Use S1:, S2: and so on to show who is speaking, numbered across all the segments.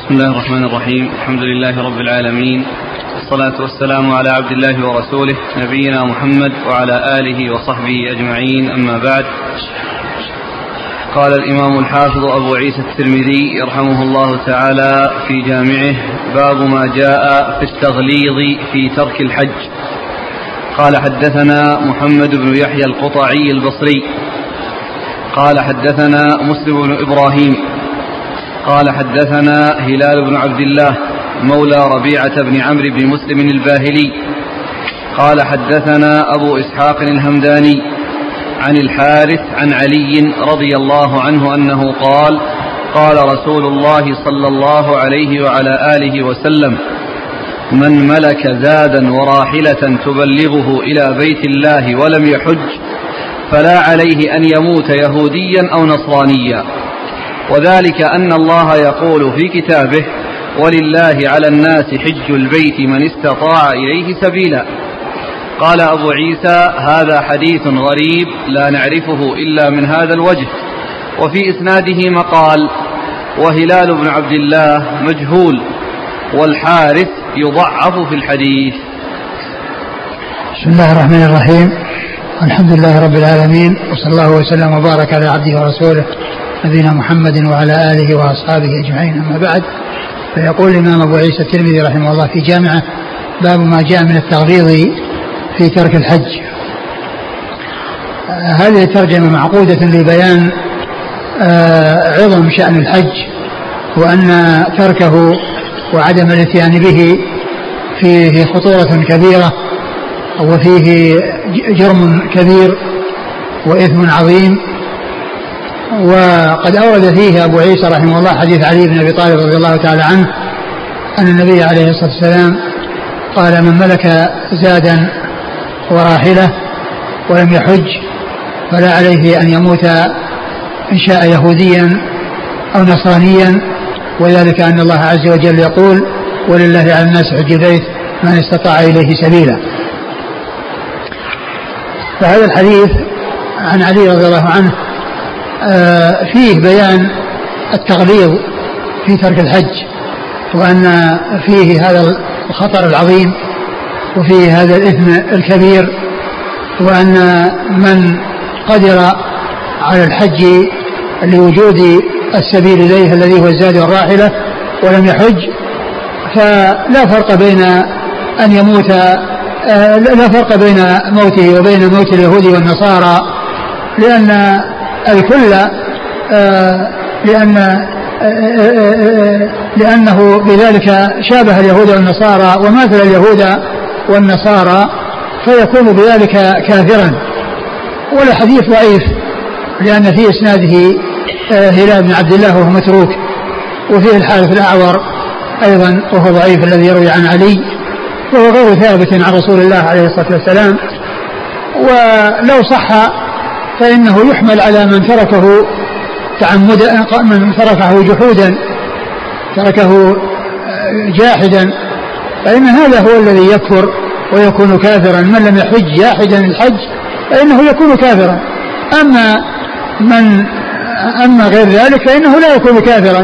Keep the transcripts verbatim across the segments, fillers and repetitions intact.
S1: بسم الله الرحمن الرحيم. الحمد لله رب العالمين، والصلاة والسلام على عبد الله ورسوله نبينا محمد وعلى آله وصحبه أجمعين، أما بعد. قال الإمام الحافظ أبو عيسى الترمذي يرحمه الله تعالى في جامعه: باب ما جاء في التغليظ في ترك الحج. قال: حدثنا محمد بن يحيى القطعي البصري قال: حدثنا مسلم بن إبراهيم قال: حدثنا هلال بن عبد الله مولى ربيعة بن عمرو بن مسلم الباهلي قال: حدثنا أبو إسحاق الهمداني عن الحارث عن علي رضي الله عنه أنه قال: قال رسول الله صلى الله عليه وعلى آله وسلم: من ملك زادا وراحلة تبلغه إلى بيت الله ولم يحج فلا عليه أن يموت يهوديا أو نصرانيا، وذلك أن الله يقول في كتابه: ولله على الناس حج البيت من استطاع إليه سبيلا. قال أبو عيسى: هذا حديث غريب لا نعرفه إلا من هذا الوجه، وفي إسناده مقال، وهلال بن عبد الله مجهول، والحارث يضعف في الحديث.
S2: بسم الله الرحمن الرحيم. الحمد لله رب العالمين، وصلى الله وسلم وبارك على عبده ورسوله نبينا محمد وعلى آله وأصحابه أجمعين، أما بعد. فيقول الإمام أبو عيسى الترمذي رحمه الله في جامعه: باب ما جاء من التغليظ في ترك الحج. آه هذه الترجمة معقودة لبيان آه عظم شأن الحج، وأن تركه وعدم الاتيان به فيه خطورة كبيرة، وفيه جرم كبير وإثم عظيم. وقد أورد فيه أبو عيسى رحمه الله حديث علي بن أبي طالب رضي الله تعالى عنه أن النبي عليه الصلاة والسلام قال: من ملك زادا وراحلة ولم يحج فلا عليه أن يموت إن شاء يهوديا أو نصرانيا، وذلك أن الله عز وجل يقول: ولله على الناس حج البيت من استطاع إليه سبيلا. فهذا الحديث عن علي رضي الله عنه فيه بيان التغليظ في ترك الحج، وأن فيه هذا الخطر العظيم وفيه هذا الإثم الكبير، وأن من قدر على الحج لوجود السبيل إليه الذي هو الزاد والراحلة ولم يحج فلا فرق بين أن يموت لا فرق بين موته وبين موت اليهود والنصارى، لأن الكل لأن لأنه بذلك شابه اليهود والنصارى وماثل اليهود والنصارى، فيكون بذلك كافرا. والحديث ضعيف لأن في إسناده هلال بن عبد الله وهو متروك، وفيه الحارث الأعور أيضا وهو ضعيف الذي يروي عن علي، وهو غير ثابت عن رسول الله عليه الصلاة والسلام. ولو صح فإنه يحمل على من تركه تعمدا، من تركه جحودا، تركه جاحدا، فإن هذا هو الذي يكفر ويكون كافرا. من لم يحج جاحدا الحج فإنه يكون كافرا، أما من أما غير ذلك فإنه لا يكون كافرا.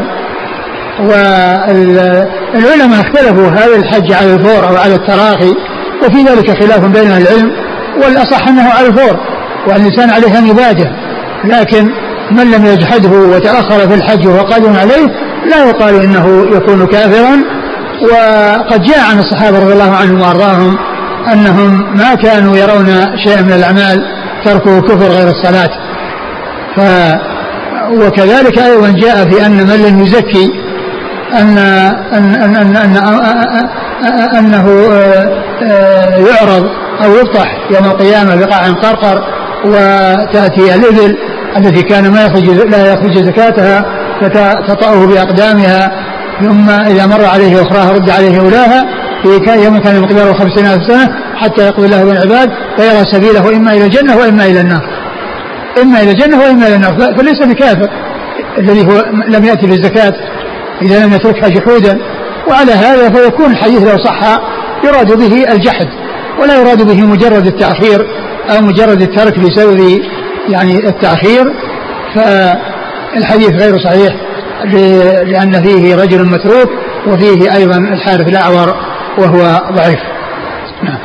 S2: والعلماء اختلفوا: هل الحج على الفور أو على التراخي؟ وفي ذلك خلاف بين العلم، والأصح أنه على الفور، والإنسان عليه أن يبادر. لكن من لم يجحده وتأخر في الحج وهو قادم عليه لا يقال إنه يكون كافرا. وقد جاء عن الصحابة رضي الله عنهم وأرضاهم أنهم ما كانوا يرون شيئا من الأعمال تركوا كفر غير الصلاة. ف وكذلك أيضا جاء في أن من لم يزكي أن أن أن أن أن أنه يعرض أو يفتح يوم القيامة بقاع قرقر، وتأتي الإبل التي كان ما يخرج لا يخرج زكاتها فتطأه بأقدامها، ثم إذا مر عليه أخراها رد عليه أولاها في يوم كان مقداره خمسين ألف سنة حتى يقضي الله بين العباد فيرى سبيله إما إلى الجنة وإما إلى النار، إما إلى الجنة وإما إلى النار. فليس بكافر الذي هو لم يأتي بالزكاة إذا لم يتركها جحودا. وعلى هذا فيكون الحديث لو صح يراد به الجحد، ولا يراد به مجرد التأخير أو مجرد الترك بسبب يعني التأخير، فالحديث غير صحيح لأن فيه رجل متروك وفيه أيضا الحارث الأعور وهو ضعيف. نعم.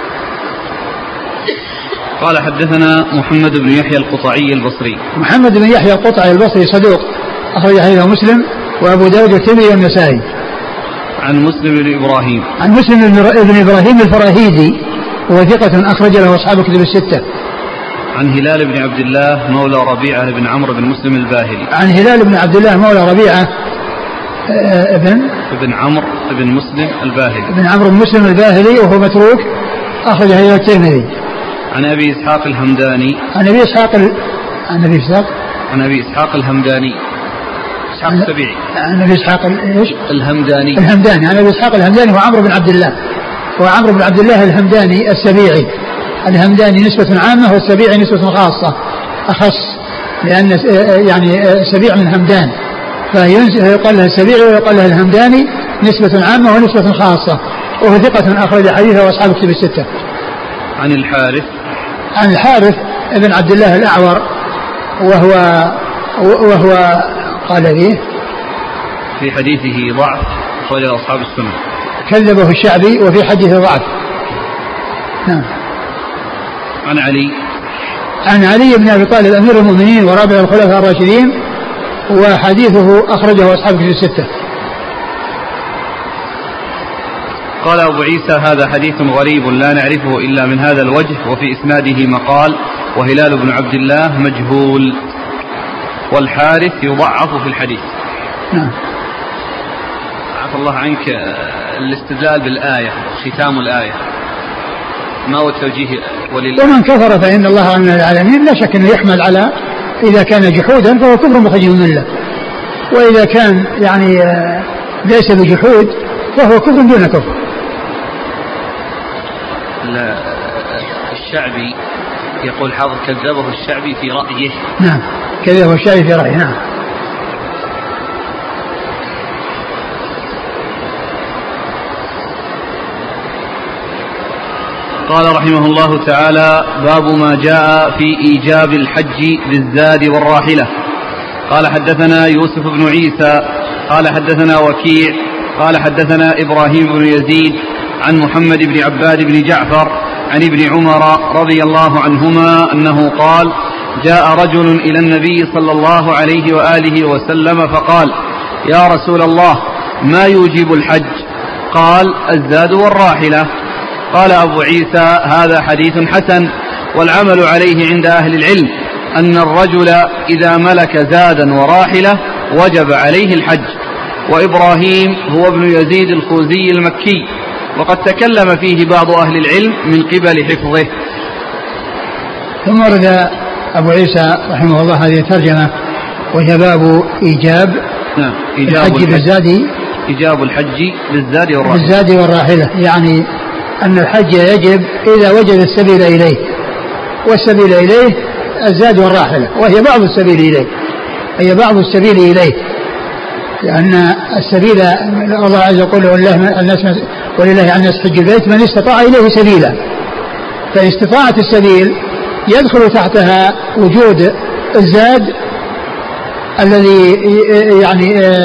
S1: قال حدثنا محمد بن يحيى القطعي البصري.
S2: محمد بن يحيى القطعي البصري صدوق أخرج حديثه مسلم وأبو داود والترمذي والنسائي.
S1: عن مسلم بن إبراهيم.
S2: عن مسلم بن إبراهيم الفراهيدي وهو ثقة أخرج له أصحاب الكتب الستة.
S1: عن هلال بن عبد الله مولى ربيعة بن عمرو بن مسلم الباهلي.
S2: عن هلال بن عبد الله مولى ربيعة ابن
S1: ابن عمرو بن مسلم الباهلي.
S2: ابن عمرو بن مسلم الباهلي وهو متروك أخرج حديثه الترمذي.
S1: عن أبي إسحاق الهمداني.
S2: عن أبي إسحاق ال... عن أبي إسحاق
S1: عن أبي إسحاق الهمداني إسحاق السبيعي.
S2: عن أبي إسحاق إيش؟
S1: الهمداني.
S2: الهمداني عن أبي إسحاق الهمداني وعمرو بن عبد الله وعمرو بن عبد الله الهمداني السبيعي. الهمداني نسبة عامة والسبيعي نسبة خاصة أخص لأن يعني سبيع من همدان فيقال له السبيعي ويقال له الهمداني نسبة عامة ونسبة خاصة وهو ثقة أخرج حديثه وأصحاب الكتب الستة.
S1: عن الحارث.
S2: عن الحارث ابن عبد الله الأعور وهو وهو قال فيه
S1: في حديثه ضعف أخرج أصحاب السنة.
S2: كذبه الشعبي وفي حديثه ضعف. نعم.
S1: عن علي.
S2: عن علي بن أبي طالب أمير المؤمنين ورابع الخلفاء الراشدين وحديثه أخرجه أصحاب الكتب الستة.
S1: قال أبو عيسى هذا حديث غريب لا نعرفه إلا من هذا الوجه وفي إسناده مقال وهلال بن عبد الله مجهول والحارث يضعف في الحديث.
S2: نعم.
S1: عفى الله عنك الاستدلال بالآية ختام الآية ما هو التوجيه ولله.
S2: ومن كفر فإن الله من العالمين لا شك أنه يحمل على إذا كان جحودا فهو كفر مخرج من الملة وإذا كان يعني ليس بجحود فهو كفر دون كفر.
S1: الشعبي يقول حافظ كذبه الشعبي في رأيه.
S2: نعم كذبه الشعبي في رأيه. نعم.
S1: قال رحمه الله تعالى باب ما جاء في إيجاب الحج بالزاد والراحلة. قال حدثنا يوسف بن عيسى قال حدثنا وكيع قال حدثنا إبراهيم بن يزيد عن محمد بن عباد بن جعفر عن ابن عمر رضي الله عنهما أنه قال جاء رجل إلى النبي صلى الله عليه وآله وسلم فقال يا رسول الله ما يوجب الحج؟ قال الزاد والراحلة. قال أبو عيسى هذا حديث حسن والعمل عليه عند أهل العلم أن الرجل إذا ملك زادا وراحلة وجب عليه الحج. وإبراهيم هو ابن يزيد الخوزي المكي وقد تكلم فيه بعض أهل العلم من قبل حفظه.
S2: ثم ورد أبو عيسى رحمه الله هذه الترجمة وهي باب إيجاب
S1: نعم إيجاب
S2: الحج بالزاد
S1: إيجاب الحج بالزاد والراحلة.
S2: بالزاد والراحلة يعني أن الحج يجب إذا وجد السبيل إليه والسبيل إليه الزاد والراحلة وهي بعض السبيل إليه هي بعض السبيل إليه لأن السبيل الله عز وجل ولله عن الناس حج البيت من استطاع إليه سبيلا فاستطاعة السبيل يدخل تحتها وجود الزاد الذي يعني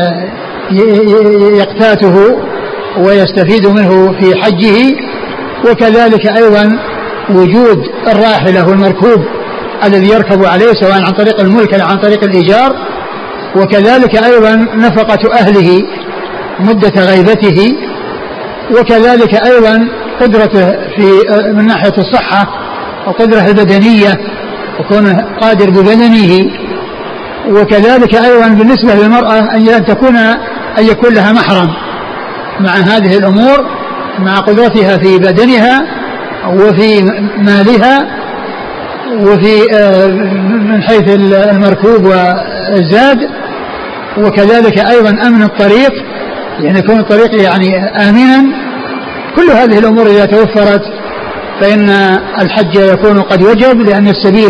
S2: يقتاته ويستفيد منه في حجه وكذلك أيضا وجود الراحلة والمركوب الذي يركب عليه سواء عن طريق الملك أو عن طريق الإيجار وكذلك أيضا نفقة أهله مدة غيبته وكذلك أيضا قدرته في من ناحية الصحة وقدرة البدنية وكونه قادر ببدنه وكذلك أيضا بالنسبة للمرأة أن تكون أن يكون لها محرم مع هذه الأمور مع قدرتها في بدنها وفي مالها وفي من حيث المركوب والزاد وكذلك أيضا أمن الطريق يعني يكون الطريق يعني آمنا. كل هذه الأمور إذا توفرت فإن الحج يكون قد وجب لأن السبيل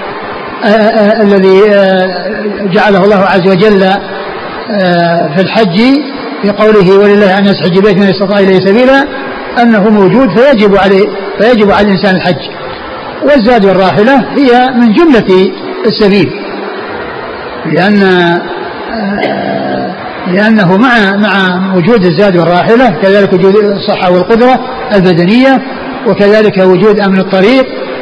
S2: الذي جعله الله عز وجل في الحج في قوله ولله عن الناس حج البيت من استطاع إليه سبيلا أنه موجود فيجب عليه فيجب على الإنسان الحج. والزاد والراحلة هي من جملة السبيل لأن لأنه مع مع وجود الزاد والراحلة كذلك وجود الصحة والقدرة البدنية، وكذلك وجود أمن الطريق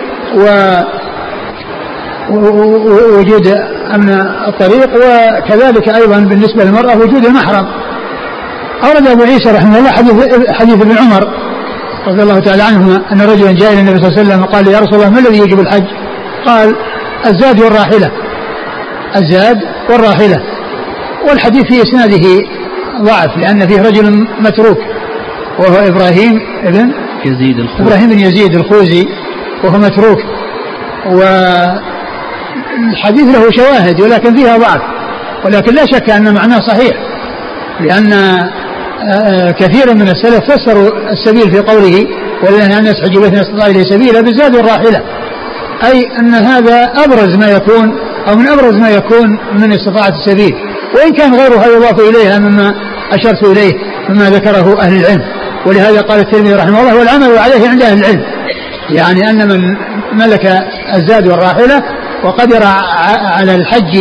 S2: ووجود أمن الطريق، وكذلك أيضا بالنسبة للمرأة وجود المحرم. أورد أبو عيسى رحمه الله حديث, حديث ابن عمر رضي الله تعالى عنهما أن رجلا جاء إلى النبي صلى الله عليه وسلم وقال: يا رسول الله ما الذي يجب الحج؟ قال: الزاد والراحلة، الزاد والراحلة. والحديث في إسناده ضعف لأن فيه رجل متروك وهو إبراهيم بن
S1: يزيد الخوزي
S2: إبراهيم بن يزيد الخوزي وهو متروك، والحديث له شواهد ولكن فيها ضعف، ولكن لا شك أن معناه صحيح، لأن كثيرا من السلف فسروا السبيل في قوله: ولله أن يسحج بيت استطاع إليه سبيلا بالزاد والراحلة، أي أن هذا أبرز ما يكون أو من أبرز ما يكون من استطاعة السبيل، وإن كان غيرها يضاف إليها مما أشرت إليه مما ذكره أهل العلم. ولهذا قال الترمذي رحمه الله: والعمل عليه عند أهل العلم، يعني أن من ملك الزاد والراحلة وقدر على الحج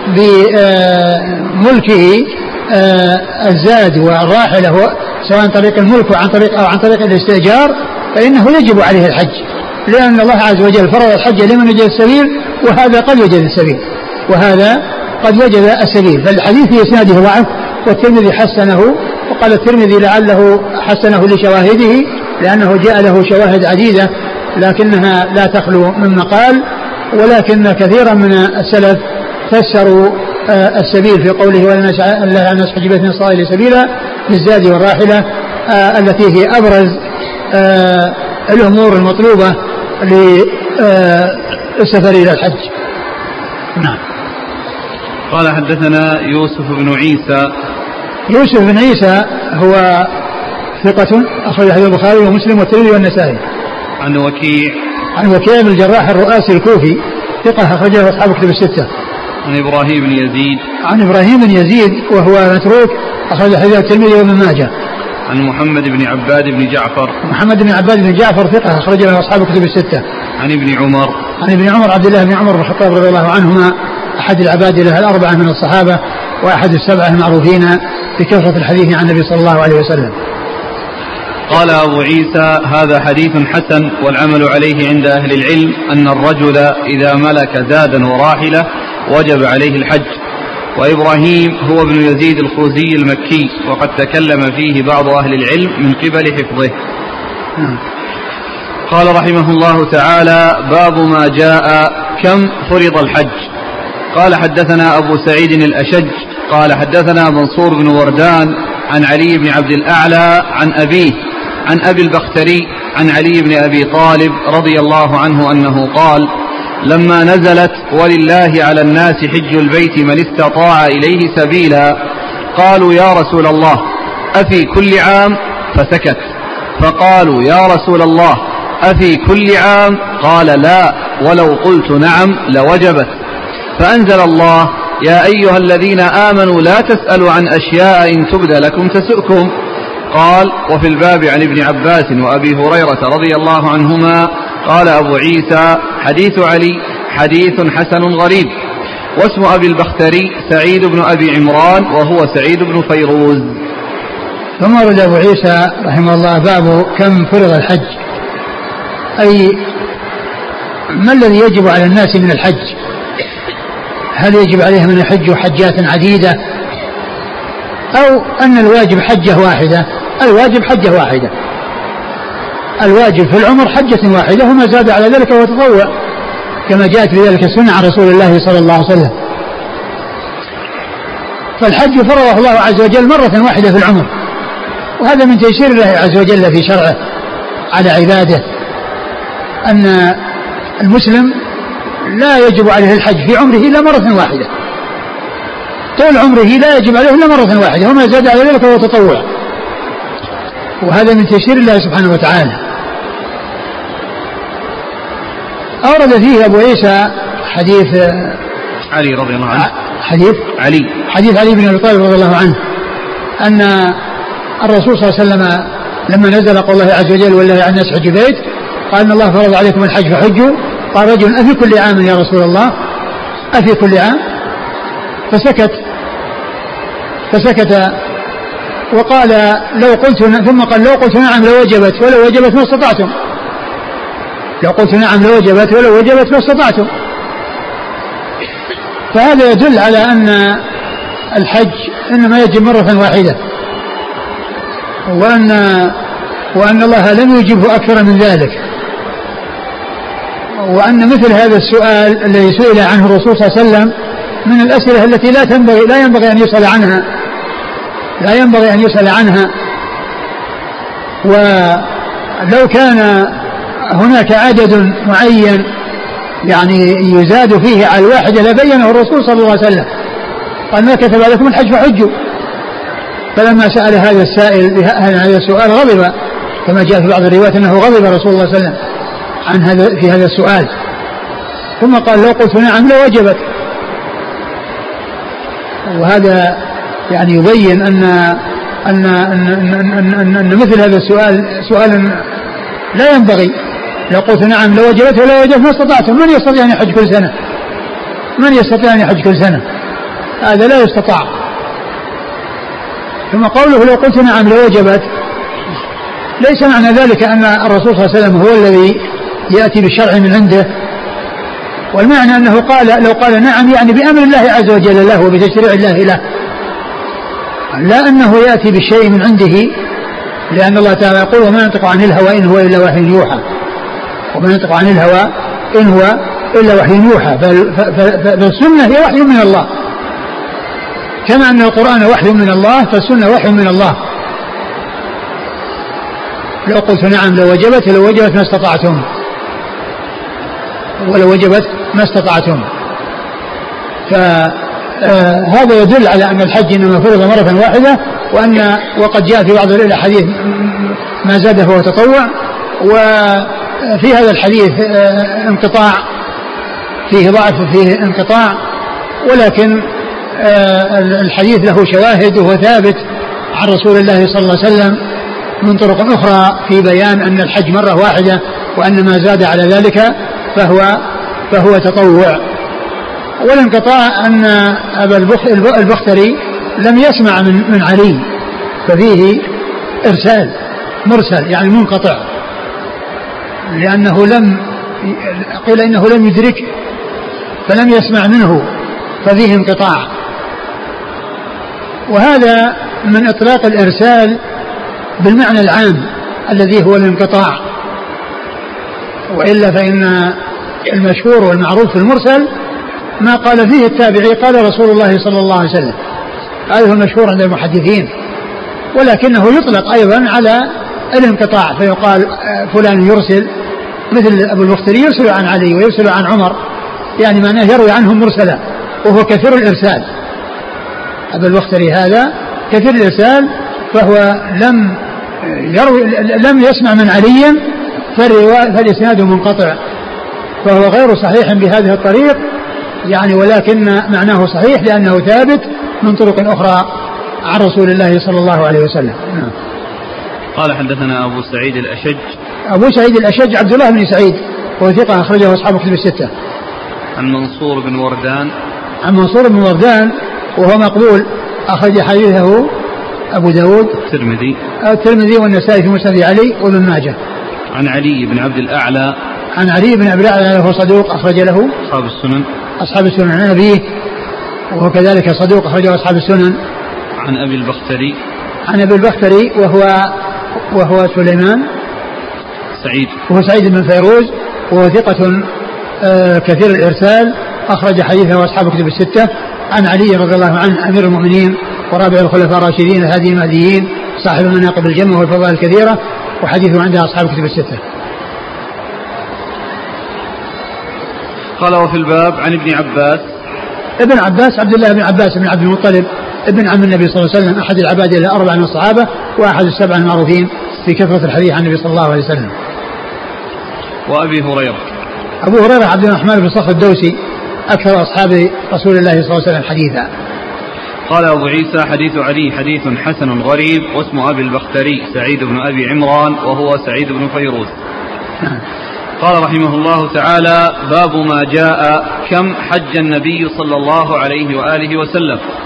S2: بملكه الزاد والراحلة سواء عن طريق الملك وعن طريق أو عن طريق الاستئجار، فإنه يجب عليه الحج، لأن الله عز وجل فرض الحج لمن وجد السبيل، وهذا قد وجد السبيل وهذا قد وجد السبيل. فالحديث في إسناده ضعف، والترمذي حسنه، وقال الترمذي لعله حسنه لشواهده لأنه جاء له شواهد عديدة لكنها لا تخلو من مقال. ولكن كثيرا من السلف فسروا السبيل في قوله: ولله أن يسحج بيت استطاع إليه سبيلا بالزاد والراحلة، التي هي أبرز الأمور المطلوبة للسفر إلى الحج. نعم.
S1: قال: حدثنا يوسف بن عيسى.
S2: يوسف بن عيسى هو ثقة أخرج حديث البخاري ومسلم والترمذي والنسائي.
S1: عن وكيع.
S2: عن وكيع بن الجراح الرؤاسي الكوفي ثقة أخرجه أصحاب كتب الستة.
S1: عن إبراهيم بن يزيد.
S2: عن إبراهيم بن يزيد وهو متروك أخرج حديث الترمذي وابن ماجه.
S1: عن محمد بن عباد بن جعفر.
S2: محمد بن عباد بن جعفر ثقة أخرج له أصحاب كتب الستة.
S1: عن ابن عمر.
S2: عن ابن عمر عبد الله بن عمر بن الخطاب رضي الله عنهما أحد العباد له الأربعة من الصحابة وأحد السبعة المعروفين بكثرة الحديث عن النبي صلى الله عليه وسلم.
S1: قال أبو عيسى: هذا حديث حسن، والعمل عليه عند أهل العلم أن الرجل إذا ملك زادا وراحلة وجب عليه الحج. وإبراهيم هو ابن يزيد الخوزي المكي، وقد تكلم فيه بعض أهل العلم من قبل حفظه. قال رحمه الله تعالى: باب ما جاء كم فرض الحج. قال: حدثنا أبو سعيد الأشج قال: حدثنا منصور بن وردان عن علي بن عبد الأعلى عن أبيه عن أبي البختري عن علي بن أبي طالب رضي الله عنه أنه قال: لما نزلت ولله على الناس حج البيت من استطاع إليه سبيلا، قالوا: يا رسول الله أفي كل عام؟ فسكت. فقالوا: يا رسول الله أفي كل عام؟ قال: لا، ولو قلت نعم لوجبت. فأنزل الله: يا أيها الذين آمنوا لا تسألوا عن أشياء إن تبد لكم تسؤكم. قال: وفي الباب عن ابن عباس وأبي هريرة رضي الله عنهما. قال أبو عيسى: حديث علي حديث حسن غريب. واسم أبي البختري سعيد بن أبي عمران وهو سعيد بن فيروز.
S2: ثم ورد أبو عيسى رحمه الله باب كم فرض الحج، أي ما الذي يجب على الناس من الحج؟ هل يجب عليهم أن يحجوا حجات عديدة أو أن الواجب حجة واحدة؟ الواجب حجة واحدة، الواجب في العمر حجة واحدة، وما زاد على ذلك هو تطوع كما جاءت بذلك السنة عن رسول الله صلى الله عليه وسلم. فالحج فرضه الله عز وجل مرة واحدة في العمر، وهذا من تيسير الله عز وجل في شرعه على عباده، أن المسلم لا يجب عليه الحج في عمره إلا مرة واحدة، طول عمره لا يجب عليه إلا مرة واحدة، وما زاد على ذلك هو تطوع، وهذا من تيسير الله سبحانه وتعالى. أورد فيه أبو عيسى حديث
S1: علي رضي الله عنه،
S2: حديث
S1: علي
S2: حديث علي بن أبي طالب رضي الله عنه أن الرسول صلى الله عليه وسلم لما نزل قول الله عز وجل ولله على الناس حج بيت، قال إن الله فرض عليكم الحج فحجوا. قال رجل: أفي كل عام يا رسول الله؟ أفي كل عام؟ فسكت. فسكت وقال لو قلت ثم قال لو قلت نعم لوجبت ولو وجبت ما استطعتم، لو قلت نعم لوجبت ولو وجبت ما استطعتم. فهذا يدل على أن الحج إنما يجب مرة واحدة، وأن وأن الله لم يجبه أكثر من ذلك، وأن مثل هذا السؤال الذي سئل عنه الرسول صلى الله عليه وسلم من الأسئلة التي لا تنبغي لا ينبغي أن يسأل عنها لا ينبغي أن يسأل عنها. ولو كان هناك عدد معين يعني يزاد فيه على الواحدة لبينه الرسول صلى الله عليه وسلم، قال ما كتب عليكم الحج فحجوا. فلما سأل هذا السائل هذا السؤال غضب، كما جاء في بعض الروايات أنه غضب رسول الله صلى الله عليه وسلم عن هذا في هذا السؤال، ثم قال لو قلت نعم لوجبت. وهذا يعني يبين أن أن أن, أن, أن, أن مثل هذا السؤال سؤال لا ينبغي. لو قلت نعم لوجبت ولا وجبت ما استطعتم. من يستطيع أن يحج كل سنة؟ من يستطيع أن يحج كل سنة؟ هذا لا يستطاع. ثم قوله لو قلت نعم لوجبت ليس معنى ذلك أن الرسول صلى الله عليه وسلم هو الذي يأتي بالشرع من عنده، والمعنى أنه قال لو قال نعم يعني بأمر الله عز وجل له وبتشريع الله له، لا أنه يأتي بالشيء من عنده، لأن الله تعالى يقول وما ينطق عن الهوى إن هو إلا وحي يوحى، وما ينطق عن الهوى إن هو إلا وحي يوحى. فالسنة هي وحي من الله، كما أن القرآن وحي من الله فالسنة وحي من الله. لو قلت نعم لو وجبت لو وجبت ما استطعتم ولو وجبت ما استطعتم. فهذا يدل على أن الحج إنما فرض مرة واحدة، وأن وقد جاء في بعض الحديث ما زاد فهو تطوع. وفي هذا الحديث انقطاع، فيه ضعف فيه انقطاع، ولكن الحديث له شواهد وهو ثابت عن رسول الله صلى الله عليه وسلم من طرق أخرى في بيان أن الحج مرة واحدة، وأن ما زاد على ذلك فهو فهو تطوع. والانقطاع أن أبا البختري لم يسمع من من علي، ففيه إرسال مرسل يعني منقطع، لأنه لم قيل إنه لم يدرك فلم يسمع منه، ففيه انقطاع. وهذا من إطلاق الإرسال بالمعنى العام الذي هو الانقطاع، وإلا فإن المشهور والمعروف في المرسل ما قال فيه التابعي قال رسول الله صلى الله عليه وسلم، هذا هو المشهور عند المحدثين. ولكنه يطلق أيضا على الانقطاع، فيقال فلان يرسل، مثل أبو البختري يرسل عن علي ويرسل عن عمر، يعني معناه يروي عنهم مرسلا، وهو كثير الإرسال. أبو البختري هذا كثير الإرسال، فهو لم يروي لم يسمع من علي، فالإسناد منقطع، فهو غير صحيح بهذه الطريق يعني، ولكن معناه صحيح لأنه ثابت من طرق أخرى عن رسول الله صلى الله عليه وسلم.
S1: قال حدثنا أبو سعيد الأشج.
S2: أبو سعيد الأشج عبد الله بن سعيد وهو ثقة أخرجه أصحاب كتب الستة.
S1: عن منصور بن وردان.
S2: عن منصور بن وردان وهو مقبول، أخرج حديثه أبو داود
S1: الترمذي
S2: الترمذي والنسائي في مسند علي وابن ماجه.
S1: عن علي بن عبد الأعلى.
S2: عن علي بن عبد الأعلى وهو صدوق أخرج له
S1: أصحاب السنن.
S2: أصحاب السنن. عن أبيه وهو كذلك صدوق أخرجه أصحاب السنن.
S1: عن أبي البختري.
S2: عن أبي البختري وهو وهو سليمان
S1: سعيد
S2: وهو سعيد بن فيروز وهو ثقة آه كثير الإرسال، أخرج حديثه أصحاب الكتب الستة. عن علي رضي الله عنه أمير المؤمنين ورابع الخلفاء الراشدين الهادي المهديين صاحب المناقب الجمة والفضائل الكثيرة، وحديثه عند أصحاب الكتب الستة.
S1: قال وفي الباب عن ابن عباس.
S2: ابن عباس عبد الله بن عباس بن عبد المطلب ابن عم النبي صلى الله عليه وسلم، أحد العباد الأربعة من الصحابة وأحد السبعة المعروفين في كثرة الحديث عن النبي صلى الله عليه وسلم.
S1: وأبي هريرة.
S2: أبو هريرة عبد الرحمن بن صخر الدوسي أكثر أصحاب رسول الله صلى الله عليه وسلم حديثا.
S1: قال أبو عيسى حديث علي حديث حسن غريب، واسم أبي البختري سعيد بن أبي عمران وهو سعيد بن فيروز. قال رحمه الله تعالى باب ما جاء كم حج النبي صلى الله عليه وآله وسلم.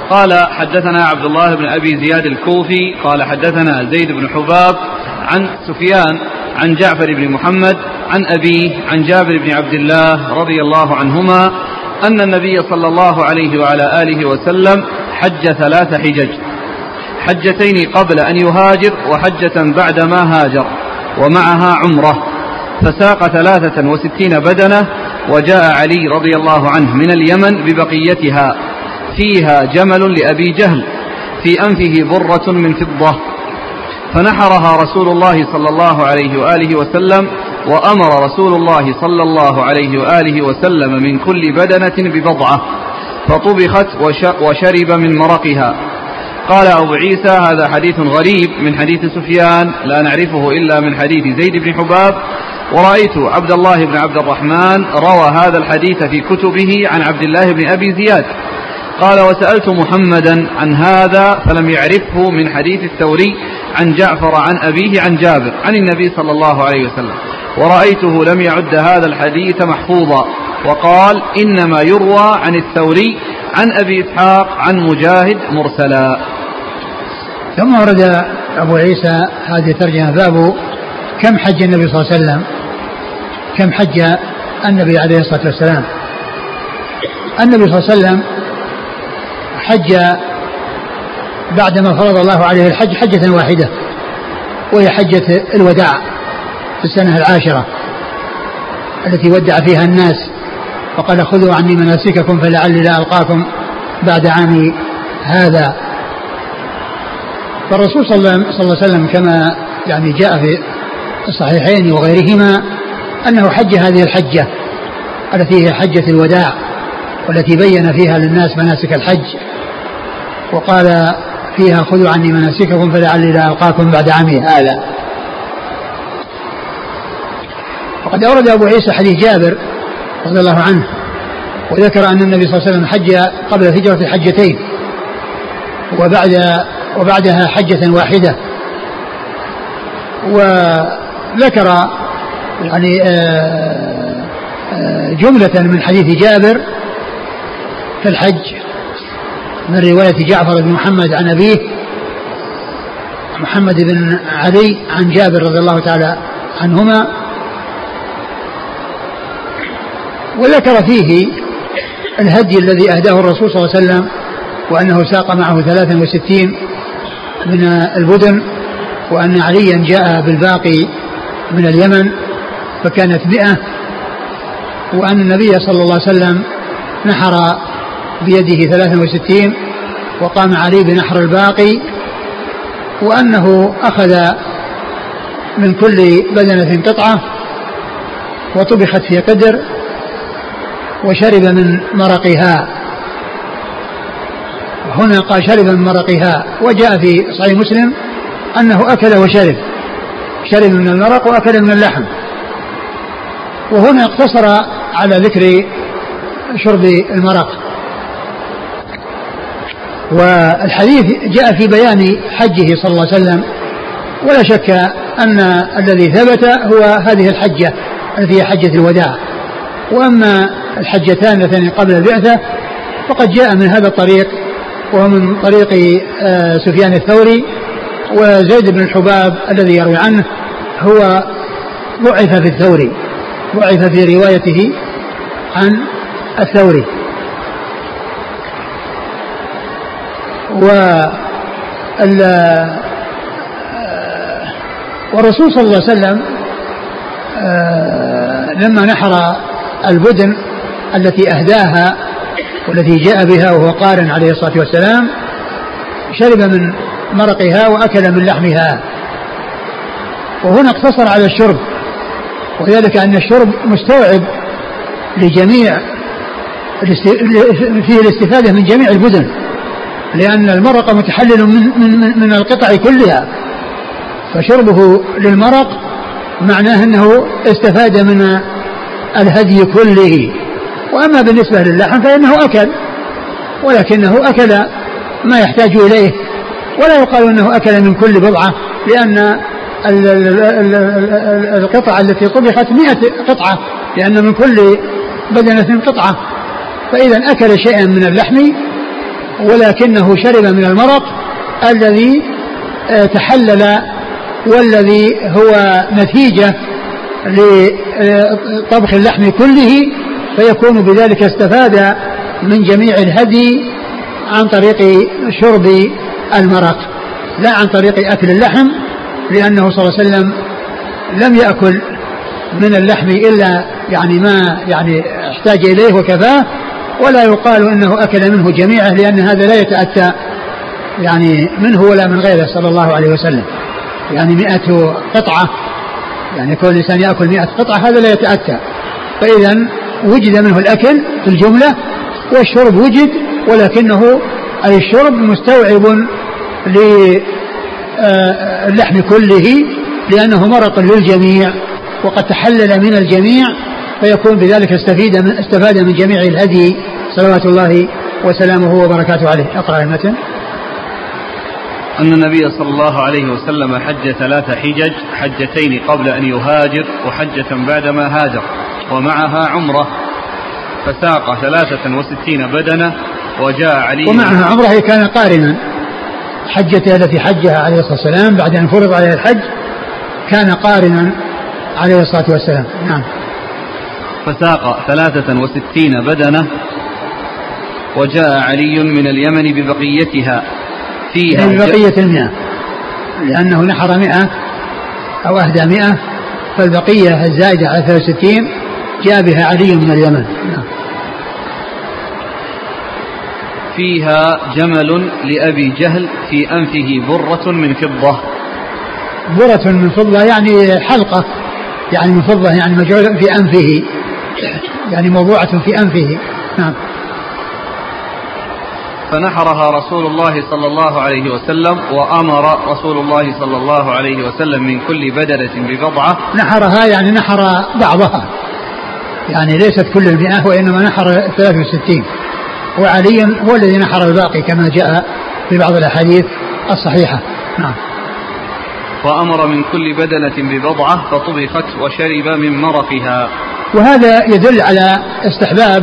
S1: قال حدثنا عبد الله بن أبي زياد الكوفي قال حدثنا زيد بن حباب عن سفيان عن جعفر بن محمد عن أبيه عن جابر بن عبد الله رضي الله عنهما أن النبي صلى الله عليه وعلى آله وسلم حج ثلاث حجج، حجتين قبل أن يهاجر وحجة بعدما هاجر ومعها عمرة، فساق ثلاثة وستين بدنة، وجاء علي رضي الله عنه من اليمن ببقيتها فيها جمل لأبي جهل في أنفه برة من فضة، فنحرها رسول الله صلى الله عليه وآله وسلم، وأمر رسول الله صلى الله عليه وآله وسلم من كل بدنة ببضعة، فطبخت وشرب من مرقها. قال أبو عيسى هذا حديث غريب من حديث سفيان لا نعرفه إلا من حديث زيد بن حباب، ورأيت عبد الله بن عبد الرحمن روى هذا الحديث في كتبه عن عبد الله بن أبي زياد. قال وسألت محمدا عن هذا فلم يعرفه من حديث الثوري عن جعفر عن أبيه عن جابر عن النبي صلى الله عليه وسلم، ورأيته لم يعد هذا الحديث محفوظا، وقال إنما يروى عن الثوري عن أبي إسحاق عن مجاهد مرسلا.
S2: ثم ورد أبو عيسى هذه الترجمة باب كم حج النبي صلى الله عليه وسلم، كم حج النبي عليه الصلاة والسلام. النبي صلى الله عليه وسلم حج بعدما فرض الله عليه الحج حجة واحدة، وهي حجة الوداع في السنة العاشرة التي ودع فيها الناس، وقال خذوا عني مناسككم فلعلي لا ألقاكم بعد عامي هذا. فالرسول صلى الله عليه وسلم كما يعني جاء في الصحيحين وغيرهما أنه حج هذه الحجة التي هي حجة الوداع، والتي بين فيها للناس مناسك الحج، وقال فيها خذوا عني مناسككم فلعلي لا ألقاكم بعد عامي هذا. وقد أورد أبو عيسى حديث جابر رضي الله عنه، وذكر أن النبي صلى الله عليه وسلم حج قبل الهجرة حجتين وبعد وبعدها حجة واحدة، وذكر يعني جملة من حديث جابر في الحج من رواية جعفر بن محمد عن أبيه محمد بن علي عن جابر رضي الله تعالى عنهما، وذكر فيه الهدي الذي أهداه الرسول صلى الله عليه وسلم، وأنه ساق معه ثلاثا وستين من البدن، وأن عليا جاء بالباقي من اليمن فكانت مئة، وأن النبي صلى الله عليه وسلم نحر بيده ثلاثا وستين وقام علي بنحر الباقي، وأنه أخذ من كل بدنة قطعة وطبخت في قدر وشرب من مرقها. هنا قال شرب من مرقها، وجاء في صحيح مسلم أنه أكل وشرب، شرب من المرق وأكل من اللحم. وهنا اقتصر على ذكر شرب المرق. والحديث جاء في بيان حجه صلى الله عليه وسلم، ولا شك أن الذي ثبت هو هذه الحجة التي هي حجة الوداع. وأما الحجتان اللتان قبل البعثة فقد جاء من هذا الطريق، وهو من طريق سفيان الثوري، وزيد بن الحباب الذي يروي عنه هو ضعف في الثوري، ضعف في روايته عن الثوري. والرسول صلى الله عليه وسلم لما نحر البدن التي أهداها والتي جاء بها وهو قارن عليه الصلاة والسلام، شرب من مرقها وأكل من لحمها. وهنا اقتصر على الشرب، وذلك أن الشرب مستوعب لجميع فيه الاستفادة من جميع البدن، لأن المرق متحلل من, من, من القطع كلها، فشربه للمرق معناه أنه استفاد من الهدي كله. وأما بالنسبة للحم فإنه أكل، ولكنه أكل ما يحتاج إليه، ولا يقال أنه أكل من كل بضعة، لأن القطعة التي طبخت مئة قطعة، لأن من كل بدنة قطعة، فإذا أكل شيئا من اللحم ولكنه شرب من المرق الذي تحلل والذي هو نتيجة لطبخ اللحم كله، فيكون بذلك استفاد من جميع الهدي عن طريق شرب المرق لا عن طريق أكل اللحم، لأنه صلى الله عليه وسلم لم يأكل من اللحم إلا يعني ما يعني احتاج إليه وكفاه، ولا يقال إنه أكل منه جميعه، لأن هذا لا يتأتى يعني منه ولا من غيره صلى الله عليه وسلم. يعني مئة قطعة، يعني كل إنسان يأكل مئة قطعة هذا لا يتأتى، فإذا وجد منه الأكل في الجملة والشرب وجد، ولكنه أي الشرب مستوعب للحم كله لأنه مرق للجميع وقد تحلل من الجميع، فيكون بذلك استفيد من استفاد من جميع الهدي صلوات الله وسلامه وبركاته عليه. أقرأ المتن.
S1: أن النبي صلى الله عليه وسلم حج ثلاث حجج، حجتين قبل أن يهاجر وحجة بعدما هاجر، ومعها عمرة، فساق ثلاثة وستين بدنة، وجاء علي
S2: ومعها عمرة كان قارنا، حجته التي حجها عليه الصلاة والسلام بعد أن فرض عليه الحج كان قارنا عليه الصلاة والسلام. نعم.
S1: فساق ثلاثة وستين بدنة، وجاء علي من اليمن ببقيتها فيها
S2: ببقية المئة، لأنه نحر مئة أو أهدى مئة، فالبقية الزائدة على ثلاثة وستين جاء بها علي من اليمن. نعم.
S1: فيها جمل لأبي جهل في أنفه برة من فضة.
S2: برة من فضة يعني حلقة، يعني من فضة، يعني مجعولة في أنفه، يعني موضوعة في أنفه. نعم.
S1: فنحرها رسول الله صلى الله عليه وسلم، وأمر رسول الله صلى الله عليه وسلم من كل بدنة ببضعة.
S2: نحرها يعني نحر بعضها، يعني ليست كل المئة، وإنما نحر ثلاثة وستين، وعلي هو الذي نحر الباقي كما جاء في بعض الأحاديث الصحيحة. نعم.
S1: وأمر من كل بدنة ببضعة فطبخت وشرب من مرقها.
S2: وهذا يدل على استحباب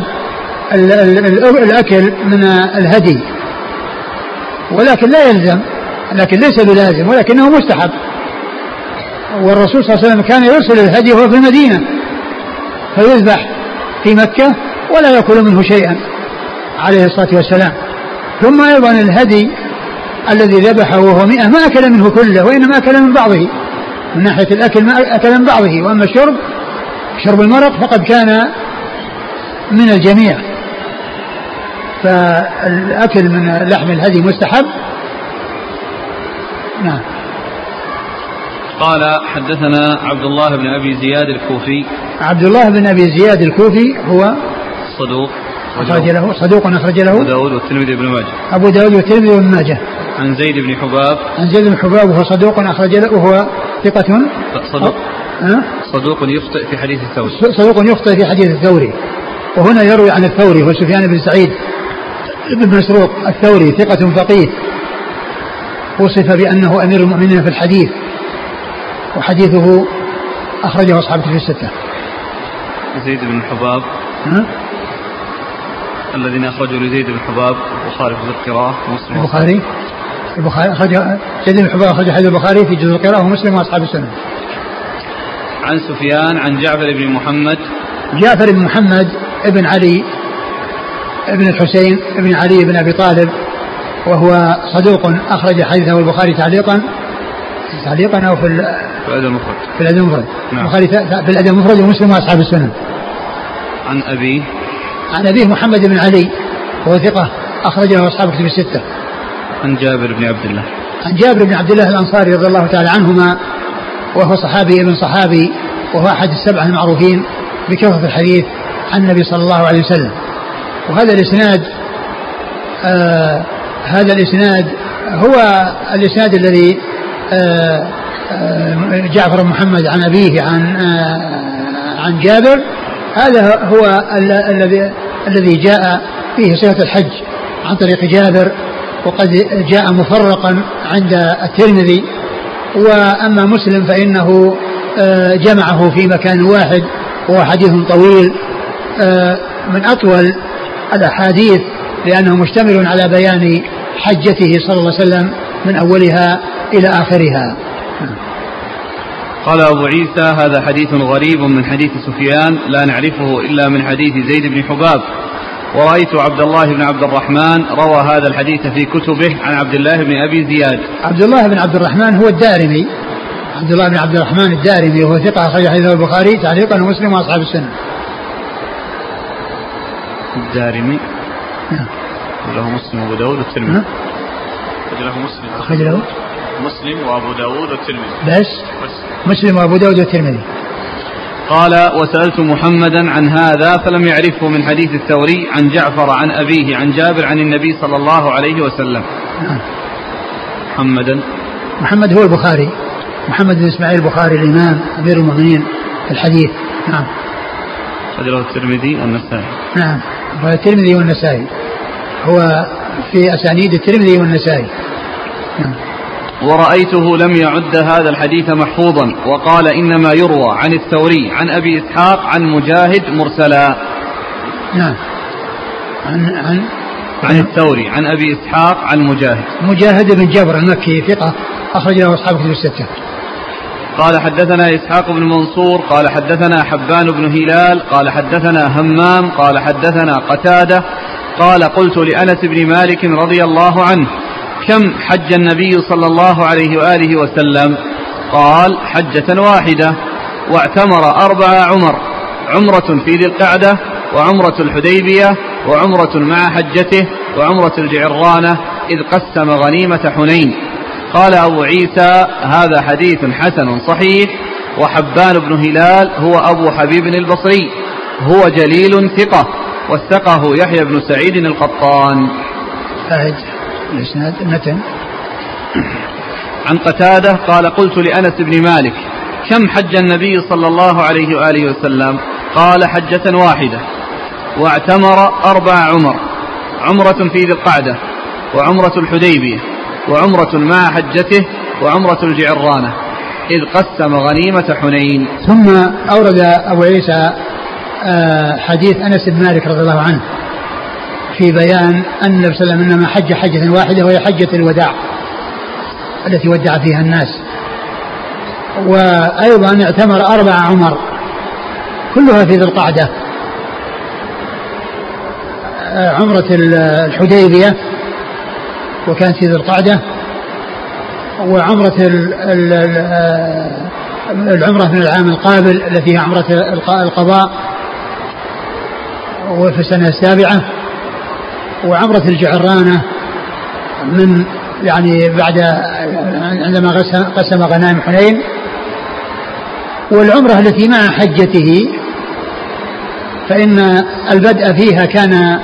S2: الأكل من الهدي، ولكن لا يلزم، لكن ليس بلازم، ولكنه مستحب. والرسول صلى الله عليه وسلم كان يرسل الهدي وهو في المدينة فيذبح في مكة ولا يأكل منه شيئا عليه الصلاة والسلام. ثم أيضا الهدي الذي ذبحه وهو مئة ما أكل منه كله، وإنما أكل من بعضه، من ناحية الأكل ما أكل من بعضه، وأما الشرب شرب المرق فقد كان من الجميع. فالأكل من لحم الهدي مستحب. نعم.
S1: قال حدثنا عبد الله بن أبي زياد الكوفي.
S2: عبد الله بن أبي زياد الكوفي هو
S1: صدوق
S2: أخرج له صدوق أخرج له
S1: أبو داود والترمذي بن ماجه.
S2: أبو داود والترمذي بن ماجه.
S1: عن زيد بن حباب.
S2: عن زيد بن حباب وهو صدوق أخرج له وهو ثقة.
S1: صدوق صدوق يخطئ في حديث الثوري.
S2: صدوق يخطئ في حديث الثوري، وهنا يروي عن الثوري هو سفيان بن سعيد بن مسروق الثوري ثقة فقيه، وصف بأنه أمير المؤمنين في الحديث، وحديثه أخرجه أصحاب في الستة.
S1: زيد بن حباب
S2: ها؟
S1: الذين أخرجوا لزيد بن حباب البخاري في القراءة ومسلم.
S2: البخاري البخاري أخرج زيد بن حباب أخرج حديث البخاري في جزء القراءة ومسلم وأصحاب السنة.
S1: عن سفيان عن جعفر بن محمد.
S2: جعفر بن محمد ابن علي ابن الحسين ابن علي بن أبي طالب، وهو صدوق أخرج حديثه البخاري تعليقا تعليقا أو في
S1: الأدب المفرد.
S2: في الأدب المفرد. البخاري في الأدب المفرد ومسلم وأصحاب السنن.
S1: عن أبيه
S2: عن أبيه محمد بن علي وهو ثقة أخرج له أصحاب كتب الستة.
S1: عن جابر بن عبد الله.
S2: عن جابر بن عبد الله الأنصاري رضي الله تعالى عنهما، وهو صحابي ابن صحابي، وهو أحد السبعة المعروفين بكثرة الحديث عن النبي صلى الله عليه وسلم. وهذا الإسناد آه هذا الإسناد هو الإسناد الذي آه آه جعفر بن محمد عن أبيه عن آه عن جابر، هذا هو الذي الذي جاء فيه صفة الحج عن طريق جابر، وقد جاء مفرقا عند الترمذي. وأما مسلم فإنه آه جمعه في مكان واحد، وهو حديث طويل آه من أطول الأحاديث لأنه مشتمل على بيان حجته صلى الله عليه وسلم من أولها إلى آخرها.
S1: قال أبو عيسى هذا حديث غريب من حديث سفيان لا نعرفه إلا من حديث زيد بن حباب، ورأيت عبد الله بن عبد الرحمن روى هذا الحديث في كتبه عن عبد الله بن أبي زياد.
S2: عبد الله بن عبد الرحمن هو الدارمي، عبد الله بن عبد الرحمن الدارمي وهو ثقة أخرج حديثه البخاري تعليقا ومسلم وأصحاب السنة.
S1: الدارمي
S2: نعم.
S1: له مسلم وأبو داود والترمذي. له مسلم
S2: أخرج له
S1: مسلم وأبو داود والترمذي
S2: بس مسلم وأبو داود والترمذي.
S1: قال وسألت محمدا عن هذا فلم يعرفه من حديث الثوري عن جعفر عن أبيه عن جابر عن النبي صلى الله عليه وسلم.
S2: نعم.
S1: محمدا
S2: محمد هو البخاري، محمد بن إسماعيل البخاري الإمام أمير المؤمنين في الحديث. نعم.
S1: أخرجه الترمذي والنسائي.
S2: نعم هو الترمذي والنسائي، هو في أسانيد الترمذي والنسائي. نعم.
S1: ورأيته لم يعد هذا الحديث محفوظا وقال إنما يروى عن الثوري عن أبي إسحاق عن مجاهد مرسلا.
S2: نعم. عن عن
S1: عن الثوري عن أبي إسحاق عن مجاهد.
S2: مجاهد بن جبر المكي ثقة أخرج له أصحاب كتب الستة.
S1: قال حدثنا إسحاق بن منصور قال حدثنا حبان بن هلال قال حدثنا همام قال حدثنا قتادة قال قلت لأنس بن مالك رضي الله عنه كم حج النبي صلى الله عليه وآله وسلم؟ قال حجة واحدة واعتمر أربع عمر، عمرة في ذي القعدة وعمرة الحديبية وعمرة مع حجته وعمرة الجعرانة إذ قسم غنيمة حنين. قال أبو عيسى هذا حديث حسن صحيح، وحبان بن هلال هو أبو حبيب البصري هو جليل ثقة وثقه يحيى بن سعيد القطان.
S2: أعد الإسناد المتن.
S1: عن قتادة قال قلت لأنس بن مالك كم حج النبي صلى الله عليه وآله وسلم؟ قال حجة واحدة واعتمر أربع عمر، عمرة في ذي القعدة وعمرة الحديبية وعمرة مع حجته وعمرة الجعرانة إذ قسم غنيمة حنين.
S2: ثم أورد أبو عيسى حديث أنس بن مالك رضي الله عنه في بيان أن النبي صلى الله عليه وسلم إنما حج حجة واحدة وهي حجة الوداع التي ودع فيها الناس، وأيضا اعتمر أربع عمر كلها في ذي القعدة، عمرة الحديبية وكانت في ذي القعدة، وعمرة العمرة من العام القابل التي هي عمرة القضاء وفي السنة السابعة، وعمرة الجعرانة من يعني بعد عندما قسم غنائم حنين، والعمرة التي مع حجته فإن البدء فيها كان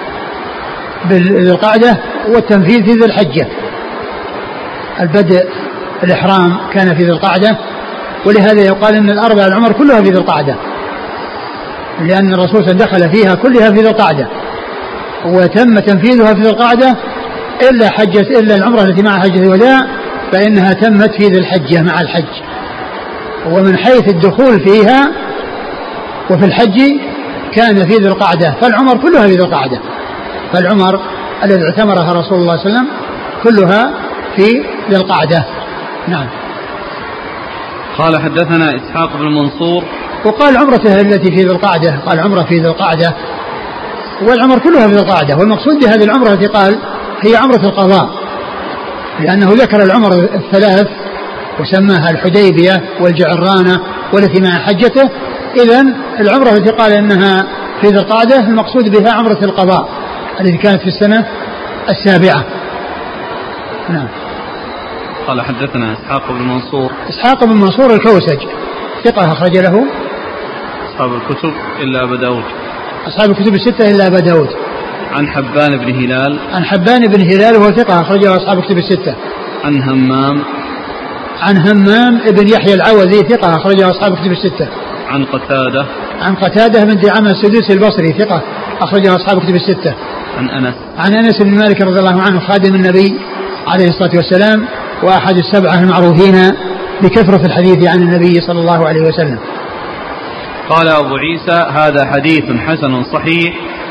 S2: بالقعدة والتنفيذ في ذي الحجة. البدء الإحرام كان في ذي القعدة، ولهذا يقال أن الأربع العمر كلها في ذي القعدة، لأن الرسول دخل فيها كلها في ذي القعدة وتم تنفيذها في ذي القعدة إلا حجة إلا العمرة التي مع حجة الوداع فإنها تمت في ذي الحجة مع الحج. ومن حيث الدخول فيها وفي الحج كان في ذي القعدة، فالعمر كلها في ذي القعدة، فالعمر الذي اعتمرها رسول الله صلى الله عليه وسلم كلها في ذي القعدة. نعم.
S1: قال حدثنا إسحاق بن منصور
S2: وقال عمرته التي في ذي القعدة، قال عمرة في ذي القعدة، والعمر كلها في ذي القعدة، والمقصود بهذه العمرة التي قال هي عمرة القضاء، لأنه ذكر العمر الثلاث وسماها الحديبية والجعرانة والتي مع حجته. إذن العمرة التي قال إنها في ذي القعدة المقصود بها عمرة القضاء التي كانت في السنة السابعة. نعم.
S1: قال حدثنا إسحاق بن منصور
S2: إسحاق بن منصور الكوسج ثقة أخرج له
S1: أصحاب الكتب إلا أبا داود،
S2: أصحاب الكتب الستة إلا أبا داود.
S1: عن حبان بن هلال
S2: عن حبان بن هلال وهو ثقة أخرجه أصحاب الكتب الستة.
S1: عن همام
S2: عن همام ابن يحيى العوذي ثقة أخرجه أصحاب الكتب الستة.
S1: عن قتادة
S2: عن قتادة بن دعامة السدوسي البصري ثقة أخرجه أصحاب الكتب الستة.
S1: عن أنس
S2: عن أنس بن مالك رضي الله عنه خادم النبي عليه الصلاة والسلام وأحد السبعة المعروفين بكثرة الحديث عن النبي صلى الله عليه وسلم.
S1: قال أبو عيسى هذا حديث حسن صحيح،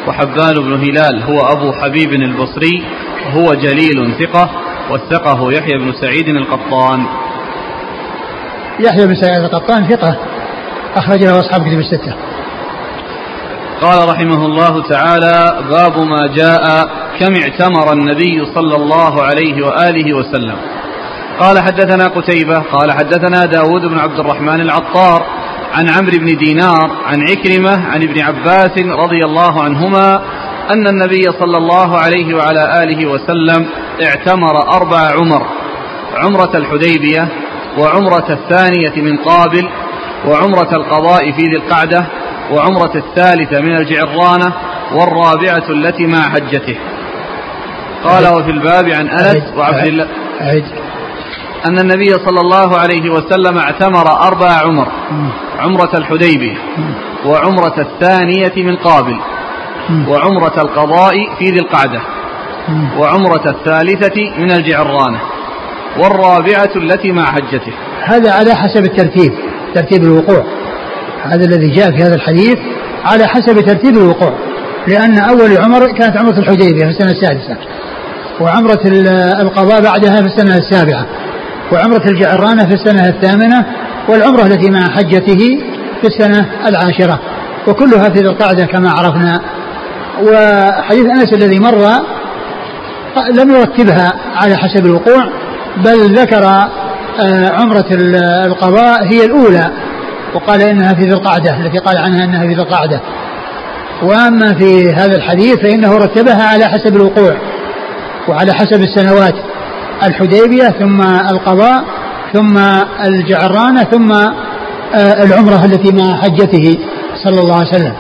S1: وحبان بن هلال هو أبو حبيب البصري هو جليل ثقة، وثقه يحيى بن سعيد القطان.
S2: يحيى بن سعيد القطان ثقة أخرج له أصحاب كتب الستة.
S1: قال رحمه الله تعالى: باب ما جاء كم اعتمر النبي صلى الله عليه وآله وسلم. قال حدثنا قتيبة قال حدثنا داود بن عبد الرحمن العطار عن عمرو بن دينار عن عكرمة عن ابن عباس رضي الله عنهما أن النبي صلى الله عليه وعلى آله وسلم اعتمر أربع عمر: عمرة الحديبية، وعمرة الثانية من قابل، وعمرة القضاء في ذي القعدة، وعمرة الثالثة من الجعرانة، والرابعة التي مع حجته. قال: وفي الباب عن أنس وعبد الله أن النبي صلى الله عليه وسلم اعتمر أربع عمر: عمرة الحديبية، وعمرة الثانية من قابل، وعمرة القضاء في ذي القعدة، وعمرة الثالثة من الجعرانة، والرابعة التي مع حجته.
S2: هذا على حسب الترتيب، ترتيب الوقوع. هذا الذي جاء في هذا الحديث على حسب ترتيب الوقوع، لأن أول عمر كانت عمرة الحديبية في السنة السادسة، وعمرة القضاء بعدها في السنة السابعة، وعمرة الجعرانة في السنة الثامنة، والعمرة التي مع حجته في السنة العاشرة، وكلها في ذي القعدة كما عرفنا. وحديث أنس الذي مر لم يرتبها على حسب الوقوع، بل ذكر عمرة القضاء هي الأولى وقال إنها في ذي القعدة، التي قال عنها إنها في ذي القعدة. وأما في هذا الحديث فإنه رتبها على حسب الوقوع وعلى حسب السنوات: الحديبية، ثم القضاء، ثم الجعرانة، ثم العمرة التي مع حجته صلى الله عليه وسلم.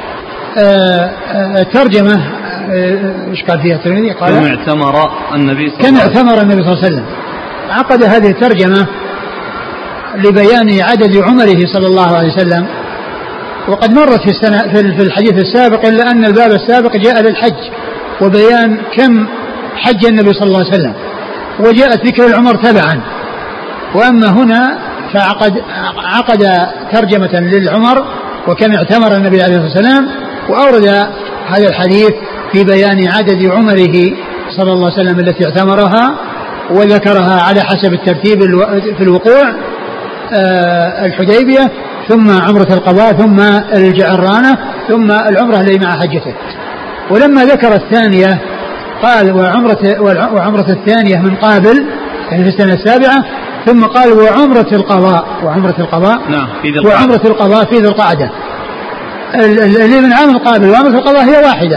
S2: الترجمة ايش قال فيها الترمذي؟ قال:
S1: كم اعتمر النبي صلى الله عليه وسلم.
S2: كم اعتمر النبي صلى الله عليه وسلم. عقد هذه الترجمة لبيان عدد عمره صلى الله عليه وسلم، وقد مرت في السنة في الحديث السابق، إلا أن الباب السابق جاء للحج وبيان كم حج النبي صلى الله عليه وسلم، وجاءت ذكر العمر تبعا. وأما هنا فعقد عقد ترجمة للعمر وكم اعتمر النبي عليه الصلاة والسلام، وأورد هذا الحديث في بيان عدد عمره صلى الله عليه وسلم التي اعتمرها، وذكرها على حسب الترتيب في الوقوع: الحديبية، ثم عمرة القضاء، ثم الجعرانة، ثم العمرة التي مع حجته. ولما ذكر الثانية قال: وعمرة, وعمرة الثانية من قابل، يعني في السنة السابعة، ثم قال: وعمرة القضاء، وعمرة القضاء
S1: نعم في ذي القعدة،
S2: وعمرة القضاء في ذي القعدة. اللي من عام القابل وعمرة القضاء هي واحدة،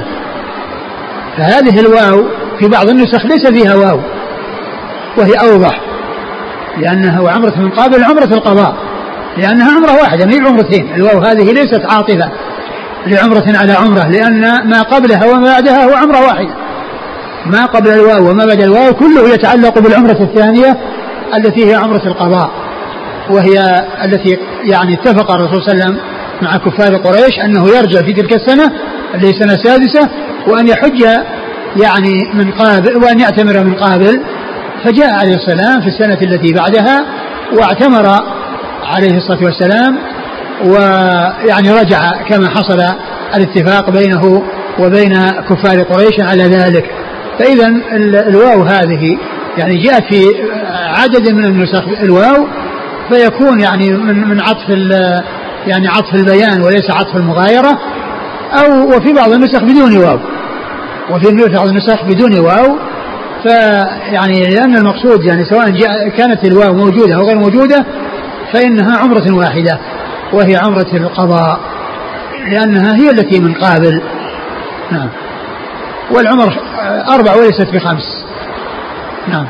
S2: فهذه الواو في بعض النسخ ليس فيها واو، وهي أوضح، لأنها وعمرة من قابل عمرة القضاء، لأنها عمرة واحدة من عمرتين. الواو هذه ليست عاطفة لعمرة على عمرة، لأن ما قبلها وما بعدها هو عمرة واحدة. ما قبل الواو وما بعد الواو كله يتعلق بالعمرة الثانية التي هي عمرة القضاء، وهي التي يعني اتفق الرسول صلى الله عليه وسلم مع كفار قريش أنه يرجع في تلك السنة اللي هي سنة سادسة، وأن يحج يعني من قابل، وأن يعتمر من قابل. فجاء عليه السلام في السنة التي بعدها واعتمر عليه الصلاة والسلام، ويعني رجع كما حصل الاتفاق بينه وبين كفار قريش على ذلك. فإذا الواو هذه يعني جاءت في عدد من النسخ الواو، فيكون يعني من من عطف يعني عطف البيان وليس عطف المغايرة، أو وفي بعض النسخ بدون واو، وفي بعض النسخ بدون واو. فيعني لأن المقصود يعني سواء كانت الواو موجودة أو غير موجودة فإنها عمرة واحدة، وهي عمرة القضاء، لأنها هي التي من قابل. نعم. والعمر أربع وليست بخمس. نعم.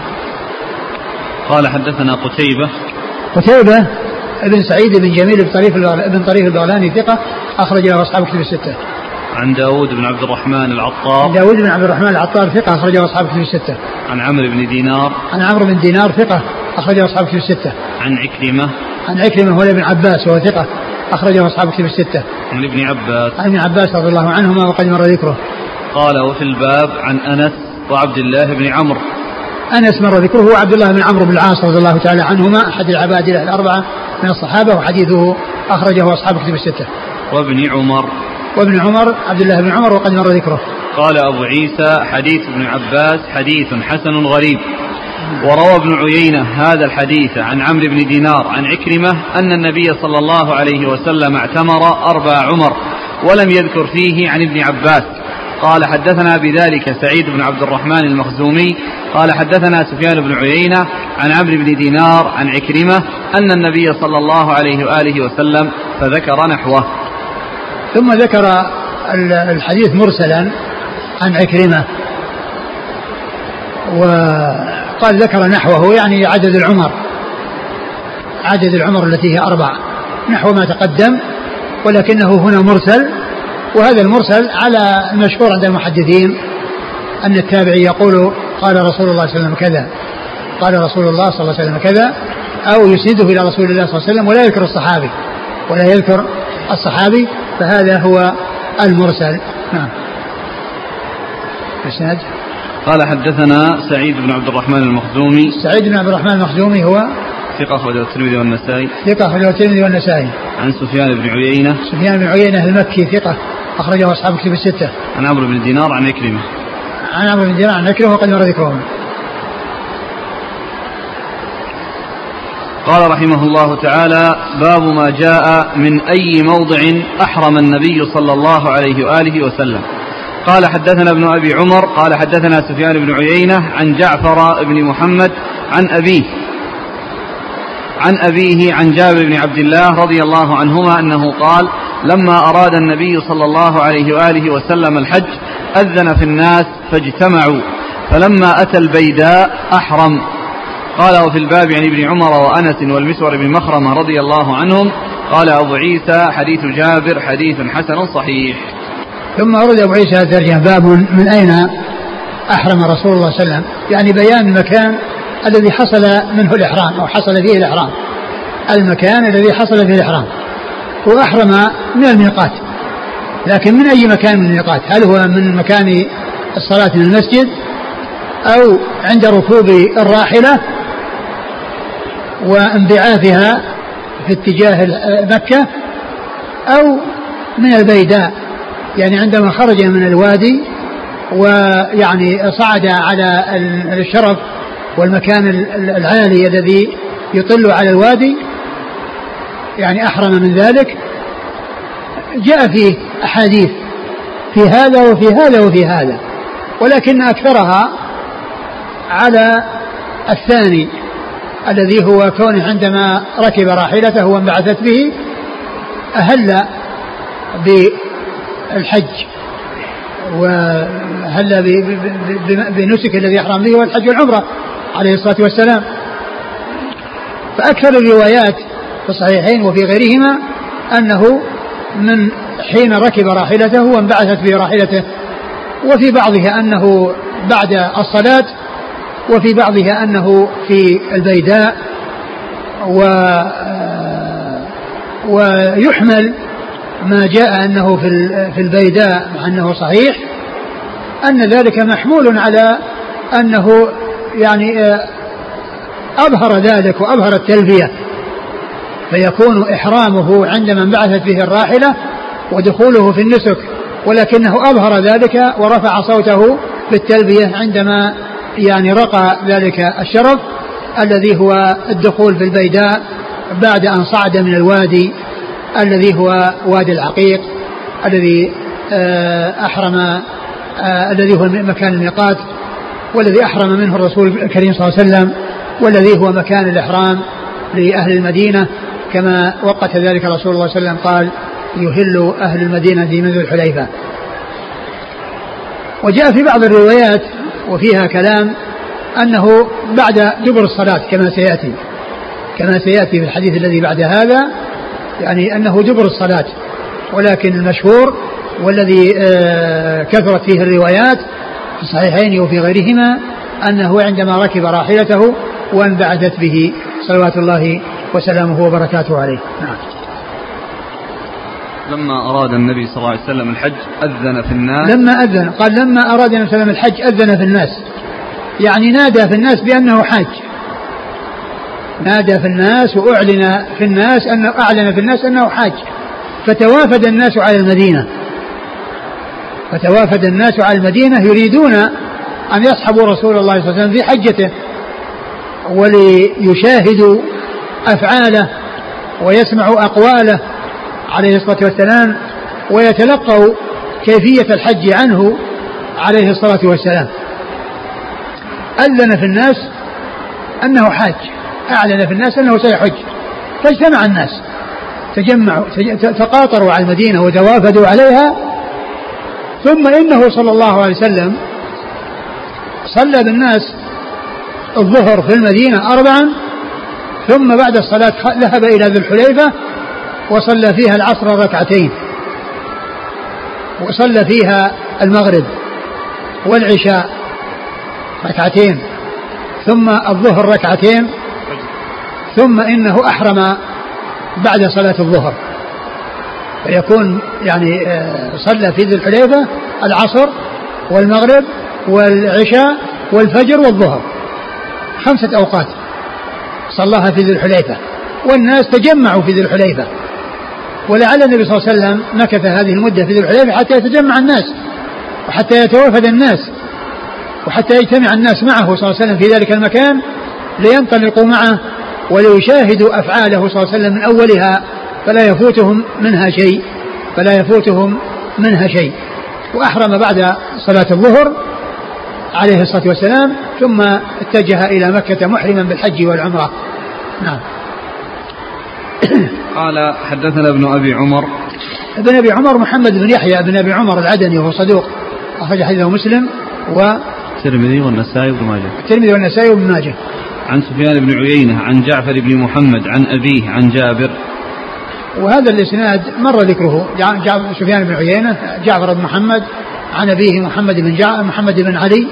S1: قال: حدثنا قتيبة
S2: قتيبة ابن سعيد بن جميل بن طريف ابن طريف البغلاني ثقة أخرج له أصحاب كتب الستة.
S1: عن داود بن عبد الرحمن العطار
S2: عن داود بن عبد الرحمن العطار ثقة أخرج له أصحاب كتب الستة.
S1: عن عمرو بن دينار
S2: عن عمرو بن دينار ثقة أخرج له أصحاب كتب الستة.
S1: عن عكرمة
S2: عن عكرمة هو ابن عباس وهو ثقة أخرج له أصحاب كتب الستة.
S1: عن ابن عباس
S2: عن ابن عباس رضي الله عنهما وقد مر ذكره.
S1: قال: وفي الباب عن أنس وعبد الله بن عمرو.
S2: أنس مر ذكره هو عبد الله بن عمرو بن العاص رضي الله تعالى عنهما، أحد العباد الأربعة من الصحابة، وحديثه أخرجه أصحاب كتب الستة.
S1: وابن عمر
S2: وابن عمر عبد الله بن عمر وقد مر ذكره.
S1: قال أبو عيسى حديث ابن عباس حديث حسن غريب. وروى ابن عيينة هذا الحديث عن عمرو بن دينار عن عكرمة أن النبي صلى الله عليه وسلم اعتمر أربع عمر ولم يذكر فيه عن ابن عباس. قال حدثنا بذلك سعيد بن عبد الرحمن المخزومي قال حدثنا سفيان بن عيينة عن عمرو بن دينار عن عكرمة أن النبي صلى الله عليه وآله وسلم فذكر نحوه.
S2: ثم ذكر الحديث مرسلا عن عكرمة وقال ذكر نحوه يعني عدد العمر عدد العمر التي هي أربع نحو ما تقدم، ولكنه هنا مرسل، وهذا المرسل على المشهور عند المحدثين أن التابعي يقول قال رسول الله صلى الله عليه وسلم كذا، قال رسول الله صلى الله عليه وسلم كذا، أو يسنده إلى رسول الله صلى الله عليه وسلم ولا يذكر الصحابي ولا يذكر الصحابي، فهذا هو المرسل. نعم. الإسناد
S1: قال حدثنا سعيد بن عبد الرحمن المخزومي.
S2: سعيد بن عبد الرحمن المخزومي هو
S1: ثقة أخرجه الترمذي والنسائي.
S2: ثقة أخرجه الترمذي والنسائي.
S1: عن سفيان بن عيينة.
S2: سفيان بن عيينة المكي ثقة أخرجه أصحاب الكتب الستة.
S1: عن عمرو بن دينار عن عكرمة.
S2: عن عمرو بن دينار عن عكرمة وقد مر ذكرهم.
S1: قال رحمه الله تعالى: باب ما جاء من أي موضع أحرم النبي صلى الله عليه وآله وسلم. قال حدثنا ابن أبي عمر قال حدثنا سفيان بن عيينة عن جعفر بن محمد عن أبيه عن أبيه عن جابر بن عبد الله رضي الله عنهما أنه قال: لما أراد النبي صلى الله عليه وآله وسلم الحج أذن في الناس فاجتمعوا، فلما أتى البيداء أحرم. قال: وفي الباب عن ابن عمر وأنس والمسور بن مخرمة رضي الله عنهم. قال أبو عيسى: حديث جابر حديث حسن صحيح.
S2: ثم أورد أبو عيسى الترجمة: باب من أين أحرم رسول الله صلى الله عليه وسلم، يعني بيان المكان الذي حصل منه الإحرام أو حصل فيه الإحرام، المكان الذي حصل فيه الإحرام. وأحرم من الميقات، لكن من أي مكان من الميقات؟ هل هو من مكان الصلاة من المسجد، أو عند ركوب الراحلة وانبعاثها في اتجاه مكة، أو من البيداء، يعني عندما خرج من الوادي ويعني صعد على الشرف والمكان العالي الذي يطل على الوادي، يعني أحرم من ذلك. جاء فيه أحاديث في هذا وفي هذا وفي هذا، ولكن أكثرها على الثاني الذي هو كونه عندما ركب راحلته وانبعثت به أهل بالحج وهل بنسك الذي أحرم به والحج والعمرة عليه الصلاة والسلام. فأكثر الروايات في الصحيحين وفي غيرهما أنه من حين ركب راحلته وانبعثت به راحلته، وفي بعضها أنه بعد الصلاة، وفي بعضها أنه في البيداء. و ويحمل ما جاء أنه في البيداء مع أنه صحيح، أن ذلك محمول على أنه يعني أظهر ذلك وأظهر التلبية، فيكون إحرامه عندما انبعثت به الراحلة ودخوله في النسك، ولكنه أظهر ذلك ورفع صوته بالتلبية عندما يعني رقى ذلك الشرف الذي هو الدخول في البيداء بعد أن صعد من الوادي الذي هو وادي العقيق الذي أحرم، الذي هو مكان الميقات، والذي أحرم منه الرسول الكريم صلى الله عليه وسلم، والذي هو مكان الإحرام لأهل المدينة، كما وقت ذلك رسول الله صلى الله عليه وسلم قال: يهل أهل المدينة في منزل الحليفة. وجاء في بعض الروايات وفيها كلام أنه بعد دبر الصلاة كما سيأتي كما سيأتي في الحديث الذي بعد هذا، يعني أنه دبر الصلاة، ولكن المشهور والذي كثرت فيه الروايات في الصحيحين وفي غيرهما أنه عندما ركب راحلته وانبعثت به صلوات الله وسلامه وبركاته عليه. نعم.
S1: لما أراد النبي صلى الله عليه وسلم الحج أذن في الناس.
S2: لما أذن قال لما أراد النبي صلى الله عليه وسلم الحج أذن في الناس، يعني نادى في الناس بأنه حاج، نادى في الناس وأعلن في الناس أنه أعلن في الناس أنه حاج، فتوافد الناس على المدينة فتوافد الناس على المدينة يريدون أن يصحبوا رسول الله صلى الله عليه وسلم في حجته وليشاهدوا أفعاله ويسمعوا أقواله عليه الصلاة والسلام ويتلقوا كيفية الحج عنه عليه الصلاة والسلام. أذن في الناس أنه حاج، أعلن في الناس أنه سيحج، فاجتمع الناس تجمعوا تقاطروا على المدينة وتوافدوا عليها. ثم إنه صلى الله عليه وسلم صلى بالناس الظهر في المدينة أربعا، ثم بعد الصلاة ذهب إلى ذي الحليفة وصلى فيها العصر ركعتين، وصلى فيها المغرب والعشاء ركعتين، ثم الظهر ركعتين، ثم إنه أحرم بعد صلاة الظهر، فيكون يعني صلى في ذي الحليفة العصر والمغرب والعشاء والفجر والظهر، خمسة أوقات صلاها في ذي الحليفة، والناس تجمعوا في ذي الحليفة. ولعل النبي صلى الله عليه وسلم مكث هذه المدة في ذي الحليفة حتى يتجمع الناس وحتى يتوافد الناس وحتى يجتمع الناس معه صلى الله عليه وسلم في ذلك المكان لينطلقوا معه وليشاهدوا أفعاله صلى الله عليه وسلم من أولها فلا يفوتهم منها شيء فلا يفوتهم منها شيء. وأحرم بعد صلاة الظهر عليه الصلاة والسلام، ثم اتجه إلى مكة محرما بالحج والعمرة. نعم.
S1: قال حدثنا ابن أبي عمر.
S2: ابن أبي عمر محمد بن يحيى بن أبي عمر العدني وهو صدوق أخرج حديثه مسلم و
S1: الترمذي والنسائي وابن ماجه.
S2: الترمذي والنسائي وابن ماجه.
S1: عن سفيان بن عيينة عن جعفر بن محمد عن أبيه عن جابر.
S2: وهذا الإسناد مر ذكره، سفيان بن عيينة جعفر بن محمد عن أبيه محمد بن جع... محمد بن علي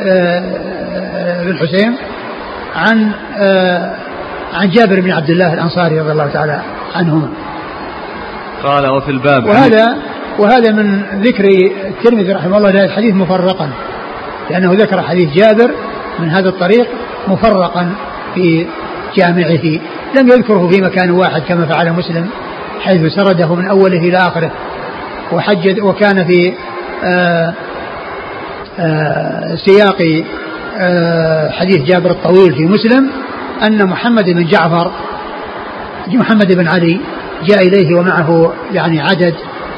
S2: بن حسين عن عن جابر بن عبد الله الأنصاري رضي الله تعالى عنهما.
S1: قال وفي الباب.
S2: وهذا وهذا من ذكر الترمذي رحمه الله هذا الحديث مفرقا، لأنه ذكر حديث جابر من هذا الطريق مفرقا في جامعه، لم يذكره في مكان واحد كما فعل مسلم حيث سرده من أوله إلى آخره. وحجد وكان في آآ آآ سياق آآ حديث جابر الطويل في مسلم أن محمد بن جعفر محمد بن علي جاء إليه ومعه يعني عدد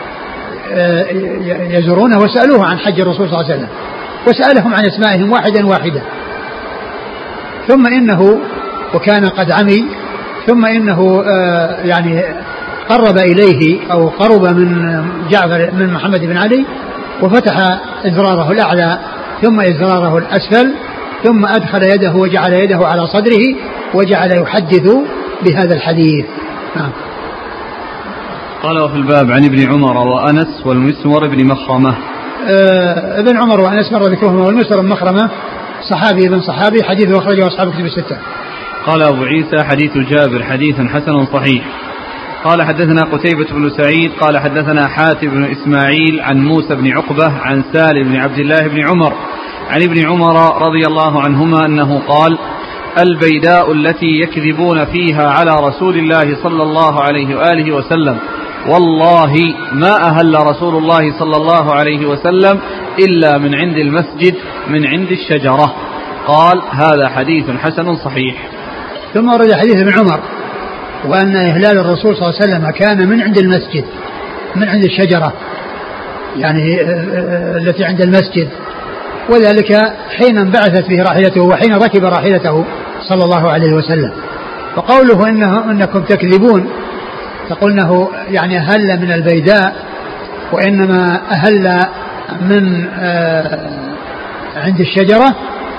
S2: يزورونه وسألوه عن حج الرسول صلى الله عليه وسلم، وسألهم عن أسمائهم واحدا واحدا، ثم إنه وكان قد عمي، ثم إنه يعني قرب إليه أو قرب من جعفر من محمد بن علي وفتح إزراره الأعلى ثم إزراره الأسفل، ثم أدخل يده وجعل يده على صدره وجعل يحدث بهذا الحديث. نعم.
S1: قال وفي الباب عن ابن عمر وأنس والمسور بن مخرمة.
S2: آه ابن عمر وأنس مر ذكرهما، والمسور بن مخرمة صحابي ابن صحابي حديثه أخرجه أصحاب كتب الستة.
S1: قال أبو عيسى حديث جابر حديث حسن صحيح. قال حدثنا قتيبة بن سعيد قال حدثنا حاتم بن إسماعيل عن موسى بن عقبة عن سالم بن عبد الله بن عمر عن ابن عمر رضي الله عنهما أنه قال البيداء التي يكذبون فيها على رسول الله صلى الله عليه وآله وسلم والله ما أهل رسول الله صلى الله عليه وسلم إلا من عند المسجد من عند الشجرة. قال هذا حديث حسن صحيح.
S2: ثم ورد حديث ابن عمر وأن إهلال الرسول صلى الله عليه وسلم كان من عند المسجد من عند الشجرة يعني التي عند المسجد، وذلك حين انبعثت به راحلته وحين ركب راحلته صلى الله عليه وسلم. فقوله إنه إنكم تكذبون تقولنه يعني أهل من البيداء، وإنما أهل من عند الشجرة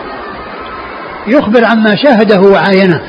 S2: يخبر عما شاهده وعاينه،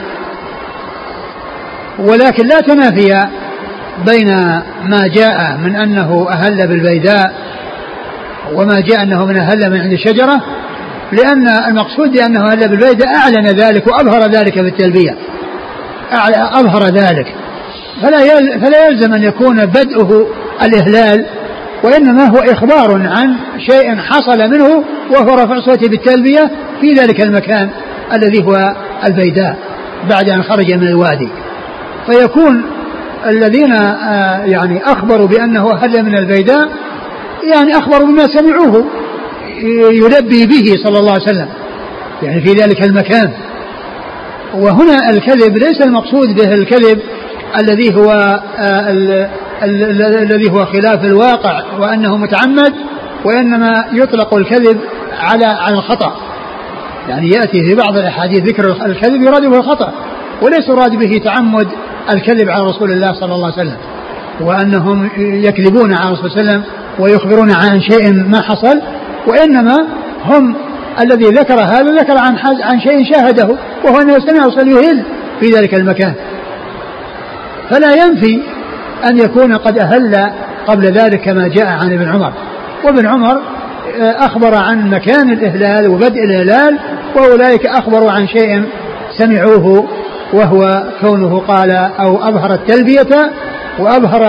S2: ولكن لا تنافي بين ما جاء من أنه أهل بالبيداء وما جاء أنه من أهل من عند الشجرة، لأن المقصود بأنه أهل بالبيداء أعلن ذلك وأظهر ذلك بالتلبية، أظهر ذلك، فلا فلا يلزم أن يكون بدءه الإهلال، وإنما هو إخبار عن شيء حصل منه وهو رفع صوته بالتلبية في ذلك المكان الذي هو البيداء بعد أن خرج من الوادي. فيكون الذين يعني أخبروا بأنه أهل من البيداء يعني أخبروا بما سمعوه يلبي به صلى الله عليه وسلم يعني في ذلك المكان. وهنا الكذب ليس المقصود به الكذب الذي هو آه ال ال ال الذي هو خلاف الواقع وأنه متعمد، وإنما يطلق الكذب على على الخطأ. يعني يأتي في بعض الأحاديث ذكر الكذب يراد به الخطأ، وليس يراد به تعمد الكذب على رسول الله صلى الله عليه وسلم، وأنهم يكذبون على رسول الله صلى الله عليه وسلم ويخبرون عن شيء ما حصل، وإنما هم الذي ذكر هذا ذكر عن عن شيء شاهده، وهو أنه سمع رسول يهل في ذلك المكان. فلا ينفي أن يكون قد أهل قبل ذلك كما جاء عن ابن عمر. وابن عمر أخبر عن مكان الإهلال وبدء الإهلال، وأولئك أخبروا عن شيء سمعوه، وهو كونه قال أو أظهر التلبية وأظهر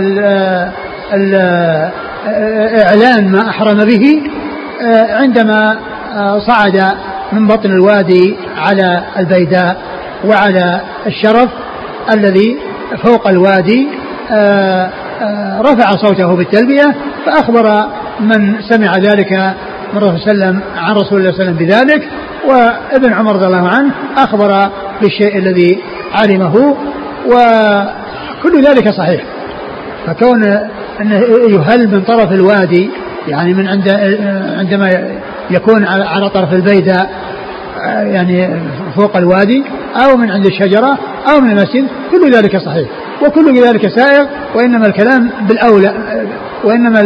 S2: الإعلان ما أحرم به عندما صعد من بطن الوادي على البيداء وعلى الشرف الذي فوق الوادي، رفع صوته بالتلبية فأخبر من سمع ذلك من رسول الله صلى الله عليه وسلم عن رسول الله صلى الله عليه وسلم بذلك. وابن عمر رضي الله عنه أخبر بالشيء الذي علمه، وكل ذلك صحيح. فكون أنه يهل من طرف الوادي يعني من عند عندما يكون على طرف البيداء يعني فوق الوادي أو من عند الشجرة أو من المسجد، كل ذلك صحيح وكل ذلك سائغ، وإنما الكلام بالأولى، وإنما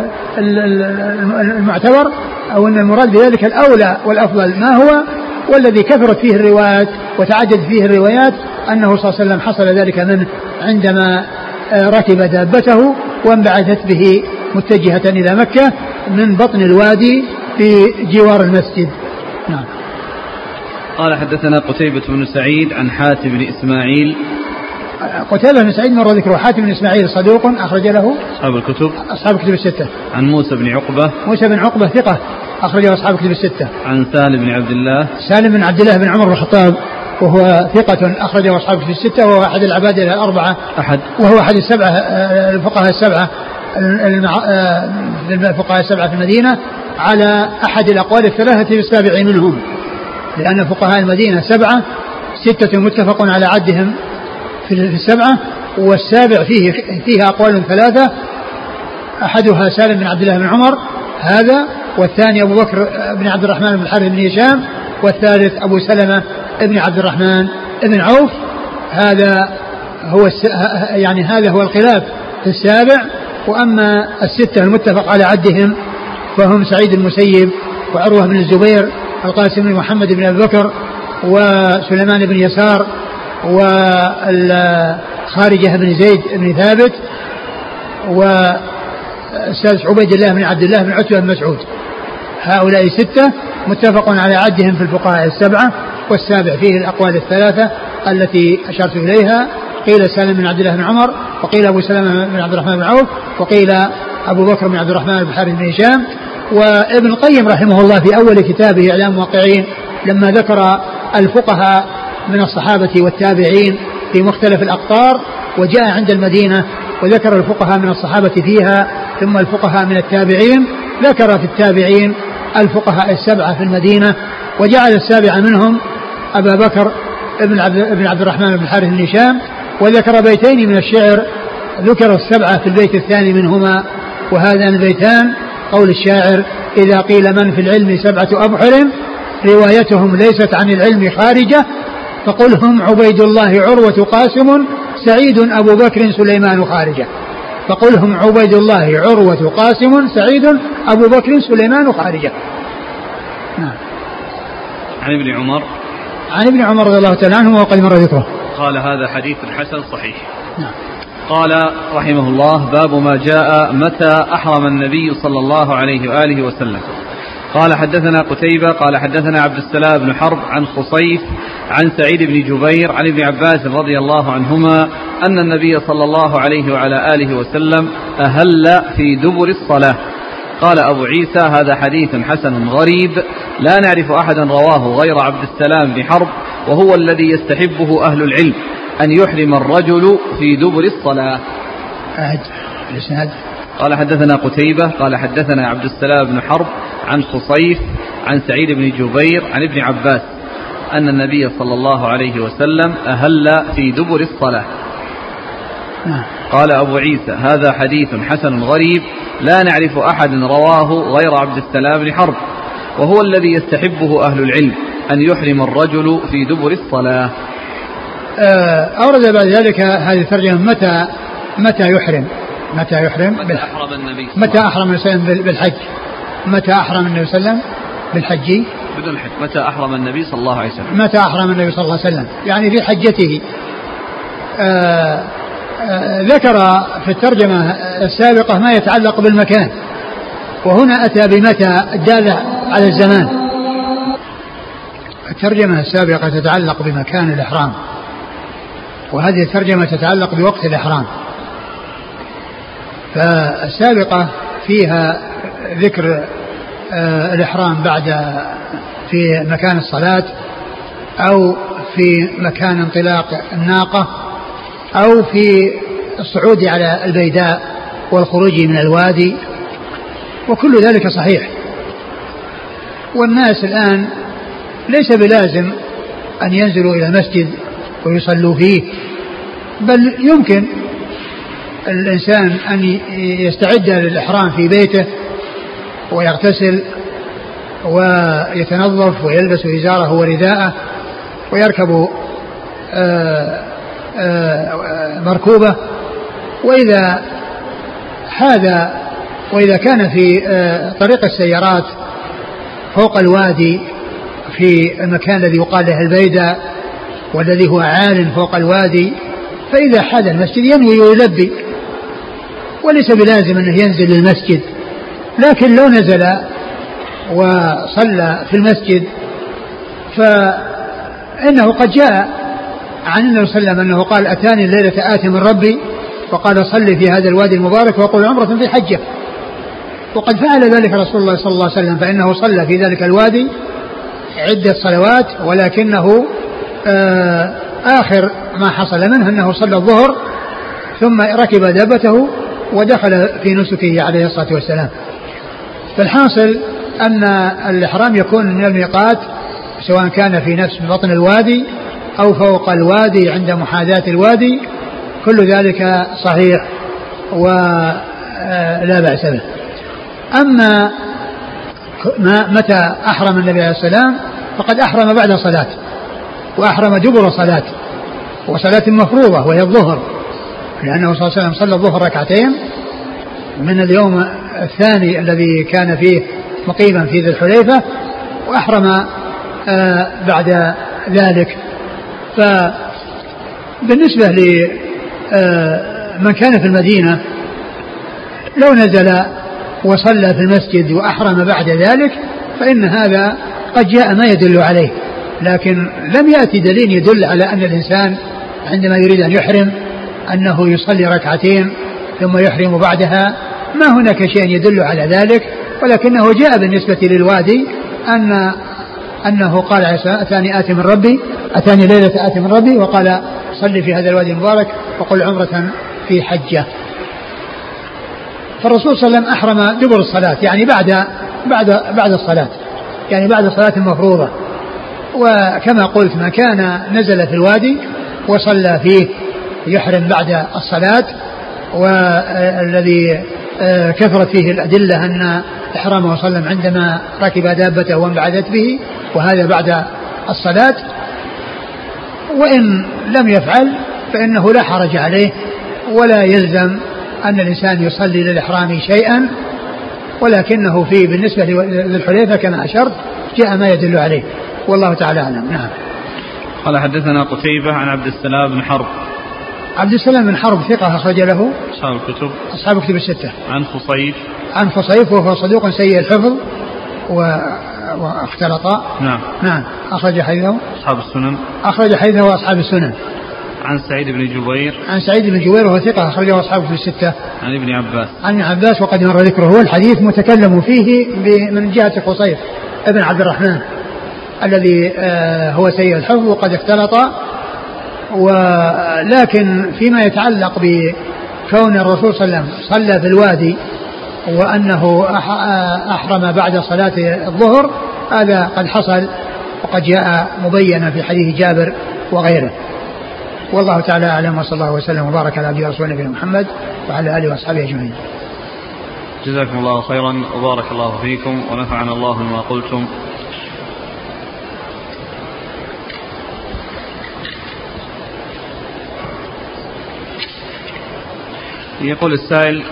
S2: المعتبر أو أن المراد بذلك الأولى والأفضل ما هو، والذي كثرت فيه الروايات وتعدد فيه الروايات أنه صلى الله عليه وسلم حصل ذلك منه عندما ركب دابته وانبعثت به متجهة إلى مكة من بطن الوادي في جوار المسجد. نعم.
S1: قال حدثنا قتيبة بن سعيد عن حاتم بن إسماعيل.
S2: قتيبة بن سعيد مر ذكره. حاتم بن إسماعيل صدوق أخرج له
S1: أصحاب الكتب
S2: أصحاب الكتب الستة.
S1: عن موسى بن عقبة.
S2: موسى بن عقبة ثقة أخرجه أصحاب الكتب الستة.
S1: عن سالم بن عبد الله.
S2: سالم بن عبد الله بن عمر بن الخطاب وهو ثقة أخرجه أصحاب الكتب الستة، وهو أحد العبادة الأربعة
S1: أحد
S2: وهو أحد السبعة الفقهاء السبعة الفقهاء السبعة في المدينة على أحد الأقوال الثلاثة في السابع منهم، لأن فقهاء المدينة سبعة، ستة متفق على عدهم في السبعة، والسابع فيه فيها أقوال ثلاثة، أحدها سالم بن عبد الله بن عمر هذا، والثاني أبو بكر بن عبد الرحمن بن الحارث بن هشام، والثالث أبو سلمة بن عبد الرحمن بن عوف. هذا هو يعني هذا هو الخلاف في السابع. وأما الستة المتفق على عدهم فهم سعيد المسيب وعروة بن الزبير القاسم بن محمد بن أبي بكر وسليمان بن يسار وخارجة بن زيد بن ثابت والسادس عبيد الله بن عبد الله بن عتبة بن مسعود. هؤلاء ستة متفق على عدهم في الفقهاء السبعة، والسابع فيه الأقوال الثلاثة التي أشرت إليها، قيل سالم بن عبد الله بن عمر، وقيل أبو سلمة بن عبد الرحمن بن عوف، وقيل أبو بكر بن عبد الرحمن بن الحارث بن هشام. وابن القيم رحمه الله في أول كتابه إعلام الموقعين لما ذكر الفقهاء من الصحابة والتابعين في مختلف الأقطار وجاء عند المدينة وذكر الفقهاء من الصحابة فيها ثم الفقهاء من التابعين، ذكر في التابعين الفقهاء السبعة في المدينة، وجعل السابع منهم أبا بكر ابن عبد, ابن عبد الرحمن بن الحارث بن هشام، وذكر بيتين من الشعر ذكر السبعة في البيت الثاني منهما، وهذان البيتان قول الشاعر: إذا قيل من في العلم سبعة أبحر روايتهم ليست عن العلم خارجة، فقل هم عبيد الله عروة قاسم سعيد أبو بكر سليمان خارجة. فقل هم عبيد الله عروة قاسم سعيد أبو بكر سليمان خارجة. نعم.
S1: عن ابن عمر
S2: عن ابن عمر رضي الله تعالى عنه وقد مر ذكره.
S1: قال هذا حديث حسن صحيح.
S2: نعم.
S1: قال رحمه الله: باب ما جاء متى أحرم النبي صلى الله عليه وآله وسلم. قال حدثنا قتيبة قال حدثنا عبد السلام بن حرب عن خصيف عن سعيد بن جبير عن ابن عباس رضي الله عنهما أن النبي صلى الله عليه وعلى آله وسلم أهل في دبر الصلاة. قال أبو عيسى: هذا حديث حسن غريب لا نعرف أحدا رواه غير عبد السلام بن حرب، وهو الذي يستحبه أهل العلم أن يحرم الرجل في دبر الصلاة.
S2: أعد الإسناد.
S1: قال حدثنا قتيبة قال حدثنا عبد السلام بن حرب عن خصيف عن سعيد بن جبير عن ابن عباس أن النبي صلى الله عليه وسلم أهل في دبر الصلاة. قال أبو عيسى هذا حديث حسن غريب لا نعرف أحد رواه غير عبد السلام بن حرب، وهو الذي يستحبه أهل العلم أن يحرم الرجل في دبر الصلاة.
S2: أورد بعد ذلك هذه الترجمة متى متى يحرم متى يحرم
S1: متى أحرم النبي
S2: متى أحرم النبي صلى الله عليه وسلم بالحج متى أحرم النبي صلى الله عليه وسلم بالحج
S1: بدون الحج متى أحرم النبي صلى الله عليه وسلم
S2: متى أحرم النبي صلى الله عليه وسلم يعني في حجته. آآ آآ ذكر في الترجمة السابقة ما يتعلق بالمكان، وهنا أتى بمتى الدالة على الزمان. الترجمة السابقة تتعلق بمكان الإحرام، وهذه الترجمة تتعلق بوقت الإحرام. فالسابقة فيها ذكر الإحرام بعد في مكان الصلاة أو في مكان انطلاق الناقة أو في الصعود على البيداء والخروج من الوادي، وكل ذلك صحيح. والناس الآن ليس بلازم أن ينزلوا إلى المسجد ويصلوا فيه، بل يمكن الإنسان أن يستعد للإحرام في بيته ويغتسل ويتنظف ويلبس إزاره ورداءه ويركب آآ آآ مركوبة، وإذا هذا وإذا كان في طريق السيارات فوق الوادي في المكان الذي يقال له البيداء والذي هو عال فوق الوادي، فإذا حاد المسجد ينوي ويلبي، وليس بلازم أنه ينزل للمسجد. لكن لو نزل وصلى في المسجد فإنه قد جاء عن النبي صلى الله عليه وسلم أنه قال أتاني الليلة آت من ربي وقال صلي في هذا الوادي المبارك وقل عمرة في حجة، وقد فعل ذلك رسول الله صلى الله عليه وسلم، فإنه صلى في ذلك الوادي عدة صلوات، ولكنه آخر ما حصل منه أنه صلى الظهر ثم ركب دابته ودخل في نسكه عليه الصلاة والسلام. فالحاصل أن الإحرام يكون من الميقات سواء كان في نفس بطن الوادي أو فوق الوادي عند محاذاة الوادي، كل ذلك صحيح ولا بأس به. أما متى أحرم النبي عليه السلام فقد أحرم بعد صلاة، وأحرم دبر صلاة وصلاة مفروضة وهي الظهر، لأنه صلى الله عليه وسلم صلى الظهر ركعتين من اليوم الثاني الذي كان فيه مقيما في ذي الحليفة، وأحرم آه بعد ذلك. فبالنسبة لمن كان في المدينة لو نزل وصلى في المسجد وأحرم بعد ذلك فإن هذا قد جاء ما يدل عليه، لكن لم يأتي دليل يدل على أن الإنسان عندما يريد أن يحرم أنه يصلي ركعتين ثم يحرم بعدها، ما هناك شيء يدل على ذلك. ولكنه جاء بالنسبة للوادي أن أنه قال أتاني آتي من ربي أتاني ليلة آتي من ربي وقال صلي في هذا الوادي المبارك وقل عمرة في حجة. فالرسول صلى الله عليه وسلم أحرم دبر الصلاة، يعني بعد بعد بعد الصلاة، يعني بعد الصلاة المفروضة. وكما قلت ما كان نزل في الوادي وصلى فيه يحرم بعد الصلاة، والذي كثرت فيه الأدلة أن إحرامه صلى الله عليه وسلم عندما ركب دابته وانبعدت به، وهذا بعد الصلاة. وإن لم يفعل فإنه لا حرج عليه ولا يلزم أن الإنسان يصلي للإحرام شيئا، ولكنه في بالنسبة للحليفة كما أشرت جاء ما يدل عليه، والله تعالى أعلم. نعم.
S1: قال حدثنا قتيبة عن عبد السلام بن حرب.
S2: عبد السلام بن حرب ثقة أخرج له
S1: أصحاب الكتب
S2: أصحاب الكتب الستة.
S1: عن خصيف
S2: عن خصيف وهو صدوق سيء الحفظ و... واختلط.
S1: نعم.
S2: نعم أخرج حديثه
S1: أصحاب السنن
S2: أخرج حديثه أصحاب السنن.
S1: عن سعيد بن جبير
S2: عن سعيد بن جبير وهو ثقة أخرجه أصحابه في الستة.
S1: عن ابن عباس
S2: عن عباس وقد مر ذكره. والحديث متكلم فيه من جهة خصيف ابن عبد الرحمن الذي هو سيء الحفظ وقد اختلط، ولكن فيما يتعلق ب كون الرسول صلى الله عليه وسلم صلى في الوادي وأنه أحرم بعد صلاة الظهر هذا قد حصل وقد جاء مبينا في حديث جابر وغيره. والله تعالى أعلم، وصلى الله وسلم وبارك على عبده ورسوله نبينا محمد وعلى آله وأصحابه أجمعين.
S1: جزاكم الله خيرا وبارك الله فيكم ونفعنا الله بما قلتم. يقول السائل: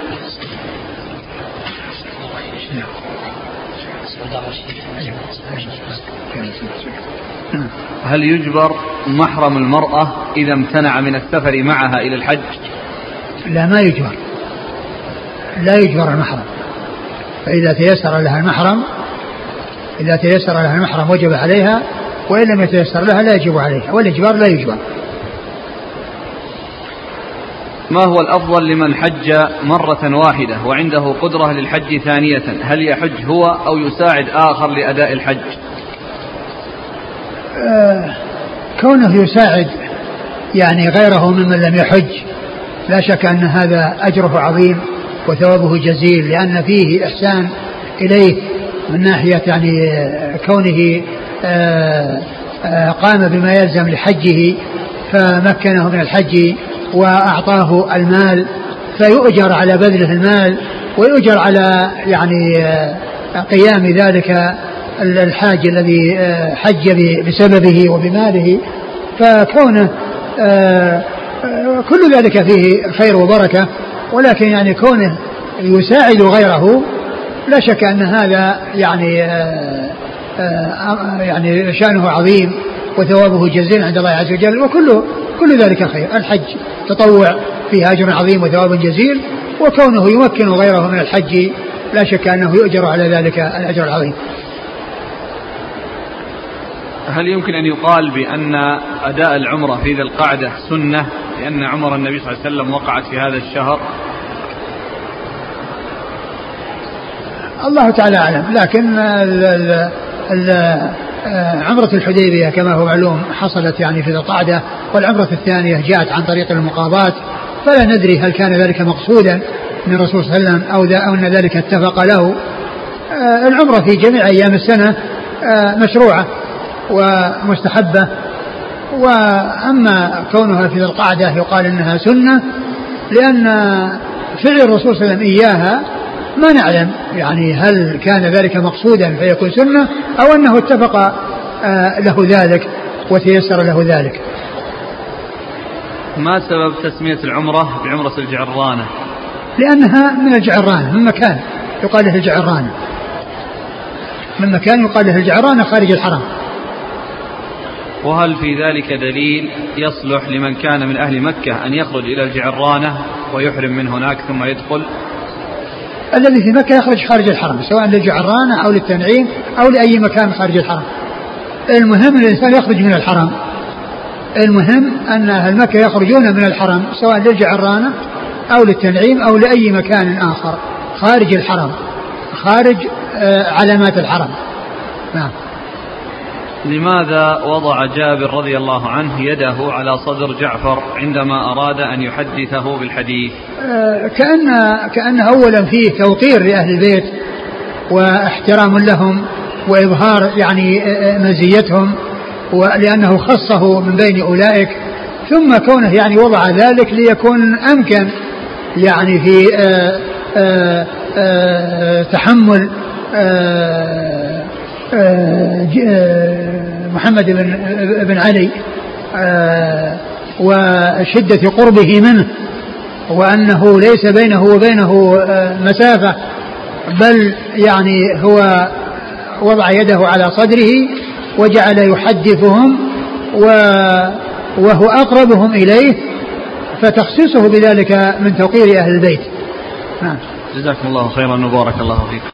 S1: هل يجبر محرم المرأة إذا امتنع من السفر معها إلى الحج؟
S2: لا، ما يجبر، لا يجبر المحرم. فإذا تيسر لها المحرم إذا تيسر لها المحرم وجب عليها، وإن لم يتيسر لها لا يجب عليها، والإجبار لا يجبر.
S1: ما هو الأفضل لمن حج مرة واحدة وعنده قدرة للحج ثانية؟ هل يحج هو أو يساعد آخر لأداء الحج؟
S2: آه كونه يساعد يعني غيره ممن لم يحج لا شك أن هذا أجره عظيم وثوابه جزيل، لأن فيه إحسان إليه من ناحية يعني كونه آه آه قام بما يلزم لحجه فمكنه من الحج وأعطاه المال، فيؤجر على بذله المال ويؤجر على يعني قيام ذلك الحاج الذي حج بسببه وبماله. فكونه كل ذلك فيه خير وبركة، ولكن يعني كونه يساعد غيره لا شك أن هذا يعني يعني شأنه عظيم وثوابه جزيل عند الله عز وجل، وكله كل ذلك خير. الحج تطوع فيه أجر عظيم وثواب جزيل، وكونه يمكن غيره من الحج لا شك أنه يؤجر على ذلك الأجر العظيم.
S1: هل يمكن أن يقال بأن أداء العمرة في ذي القعدة سنة لأن عمر النبي صلى الله عليه وسلم وقعت في هذا الشهر؟
S2: الله تعالى أعلم، لكن ال ال ال عمرة الحديبية كما هو معلوم حصلت يعني في ذي القعدة، والعمرة الثانية جاءت عن طريق المقاضاة، فلا ندري هل كان ذلك مقصودا من الرسول صلى الله عليه وسلم أو, أو أن ذلك اتفق له. العمرة في جميع أيام السنة مشروعة ومستحبة، وأما كونها في ذي القعدة يقال إنها سنة لأن فعل الرسول صلى الله عليه وسلم إياها ما نعلم يعني هل كان ذلك مقصودا فيكون سنة أو أنه اتفق له ذلك وتيسر له ذلك.
S1: ما سبب تسمية العمرة بعمرة الجعرانة؟
S2: لأنها من الجعرانة، من مكان يقال له الجعرانة، من مكان يقال له الجعرانة خارج الحرم.
S1: وهل في ذلك دليل يصلح لمن كان من أهل مكة أن يخرج إلى الجعرانة ويحرم من هناك ثم يدخل؟
S2: الذي في مكة يخرج خارج الحرم سواء للجعرانة أو للتنعيم أو لأي مكان خارج الحرم. المهم أن الإنسان يخرج من الحرم، المهم أن أهل مكة يخرجون من الحرم سواء للجعرانة أو للتنعيم أو لأي مكان آخر خارج الحرم، خارج علامات الحرم. نعم.
S1: لماذا وضع جابر رضي الله عنه يده على صدر جعفر عندما أراد أن يحدثه بالحديث؟
S2: كأن كأن أولا فيه توقير لأهل البيت واحترام لهم وإظهار يعني مزيتهم، ولأنه خصه من بين أولئك، ثم كونه يعني وضع ذلك ليكون أمكن يعني في آآ آآ تحمل آآ محمد بن, بن علي وشدة قربه منه، وأنه ليس بينه وبينه مسافة، بل يعني هو وضع يده على صدره وجعل يحدثهم وهو أقربهم إليه، فتخصيصه بذلك من توقير أهل البيت.
S1: جزاكم الله خيرا وبارك الله فيكم.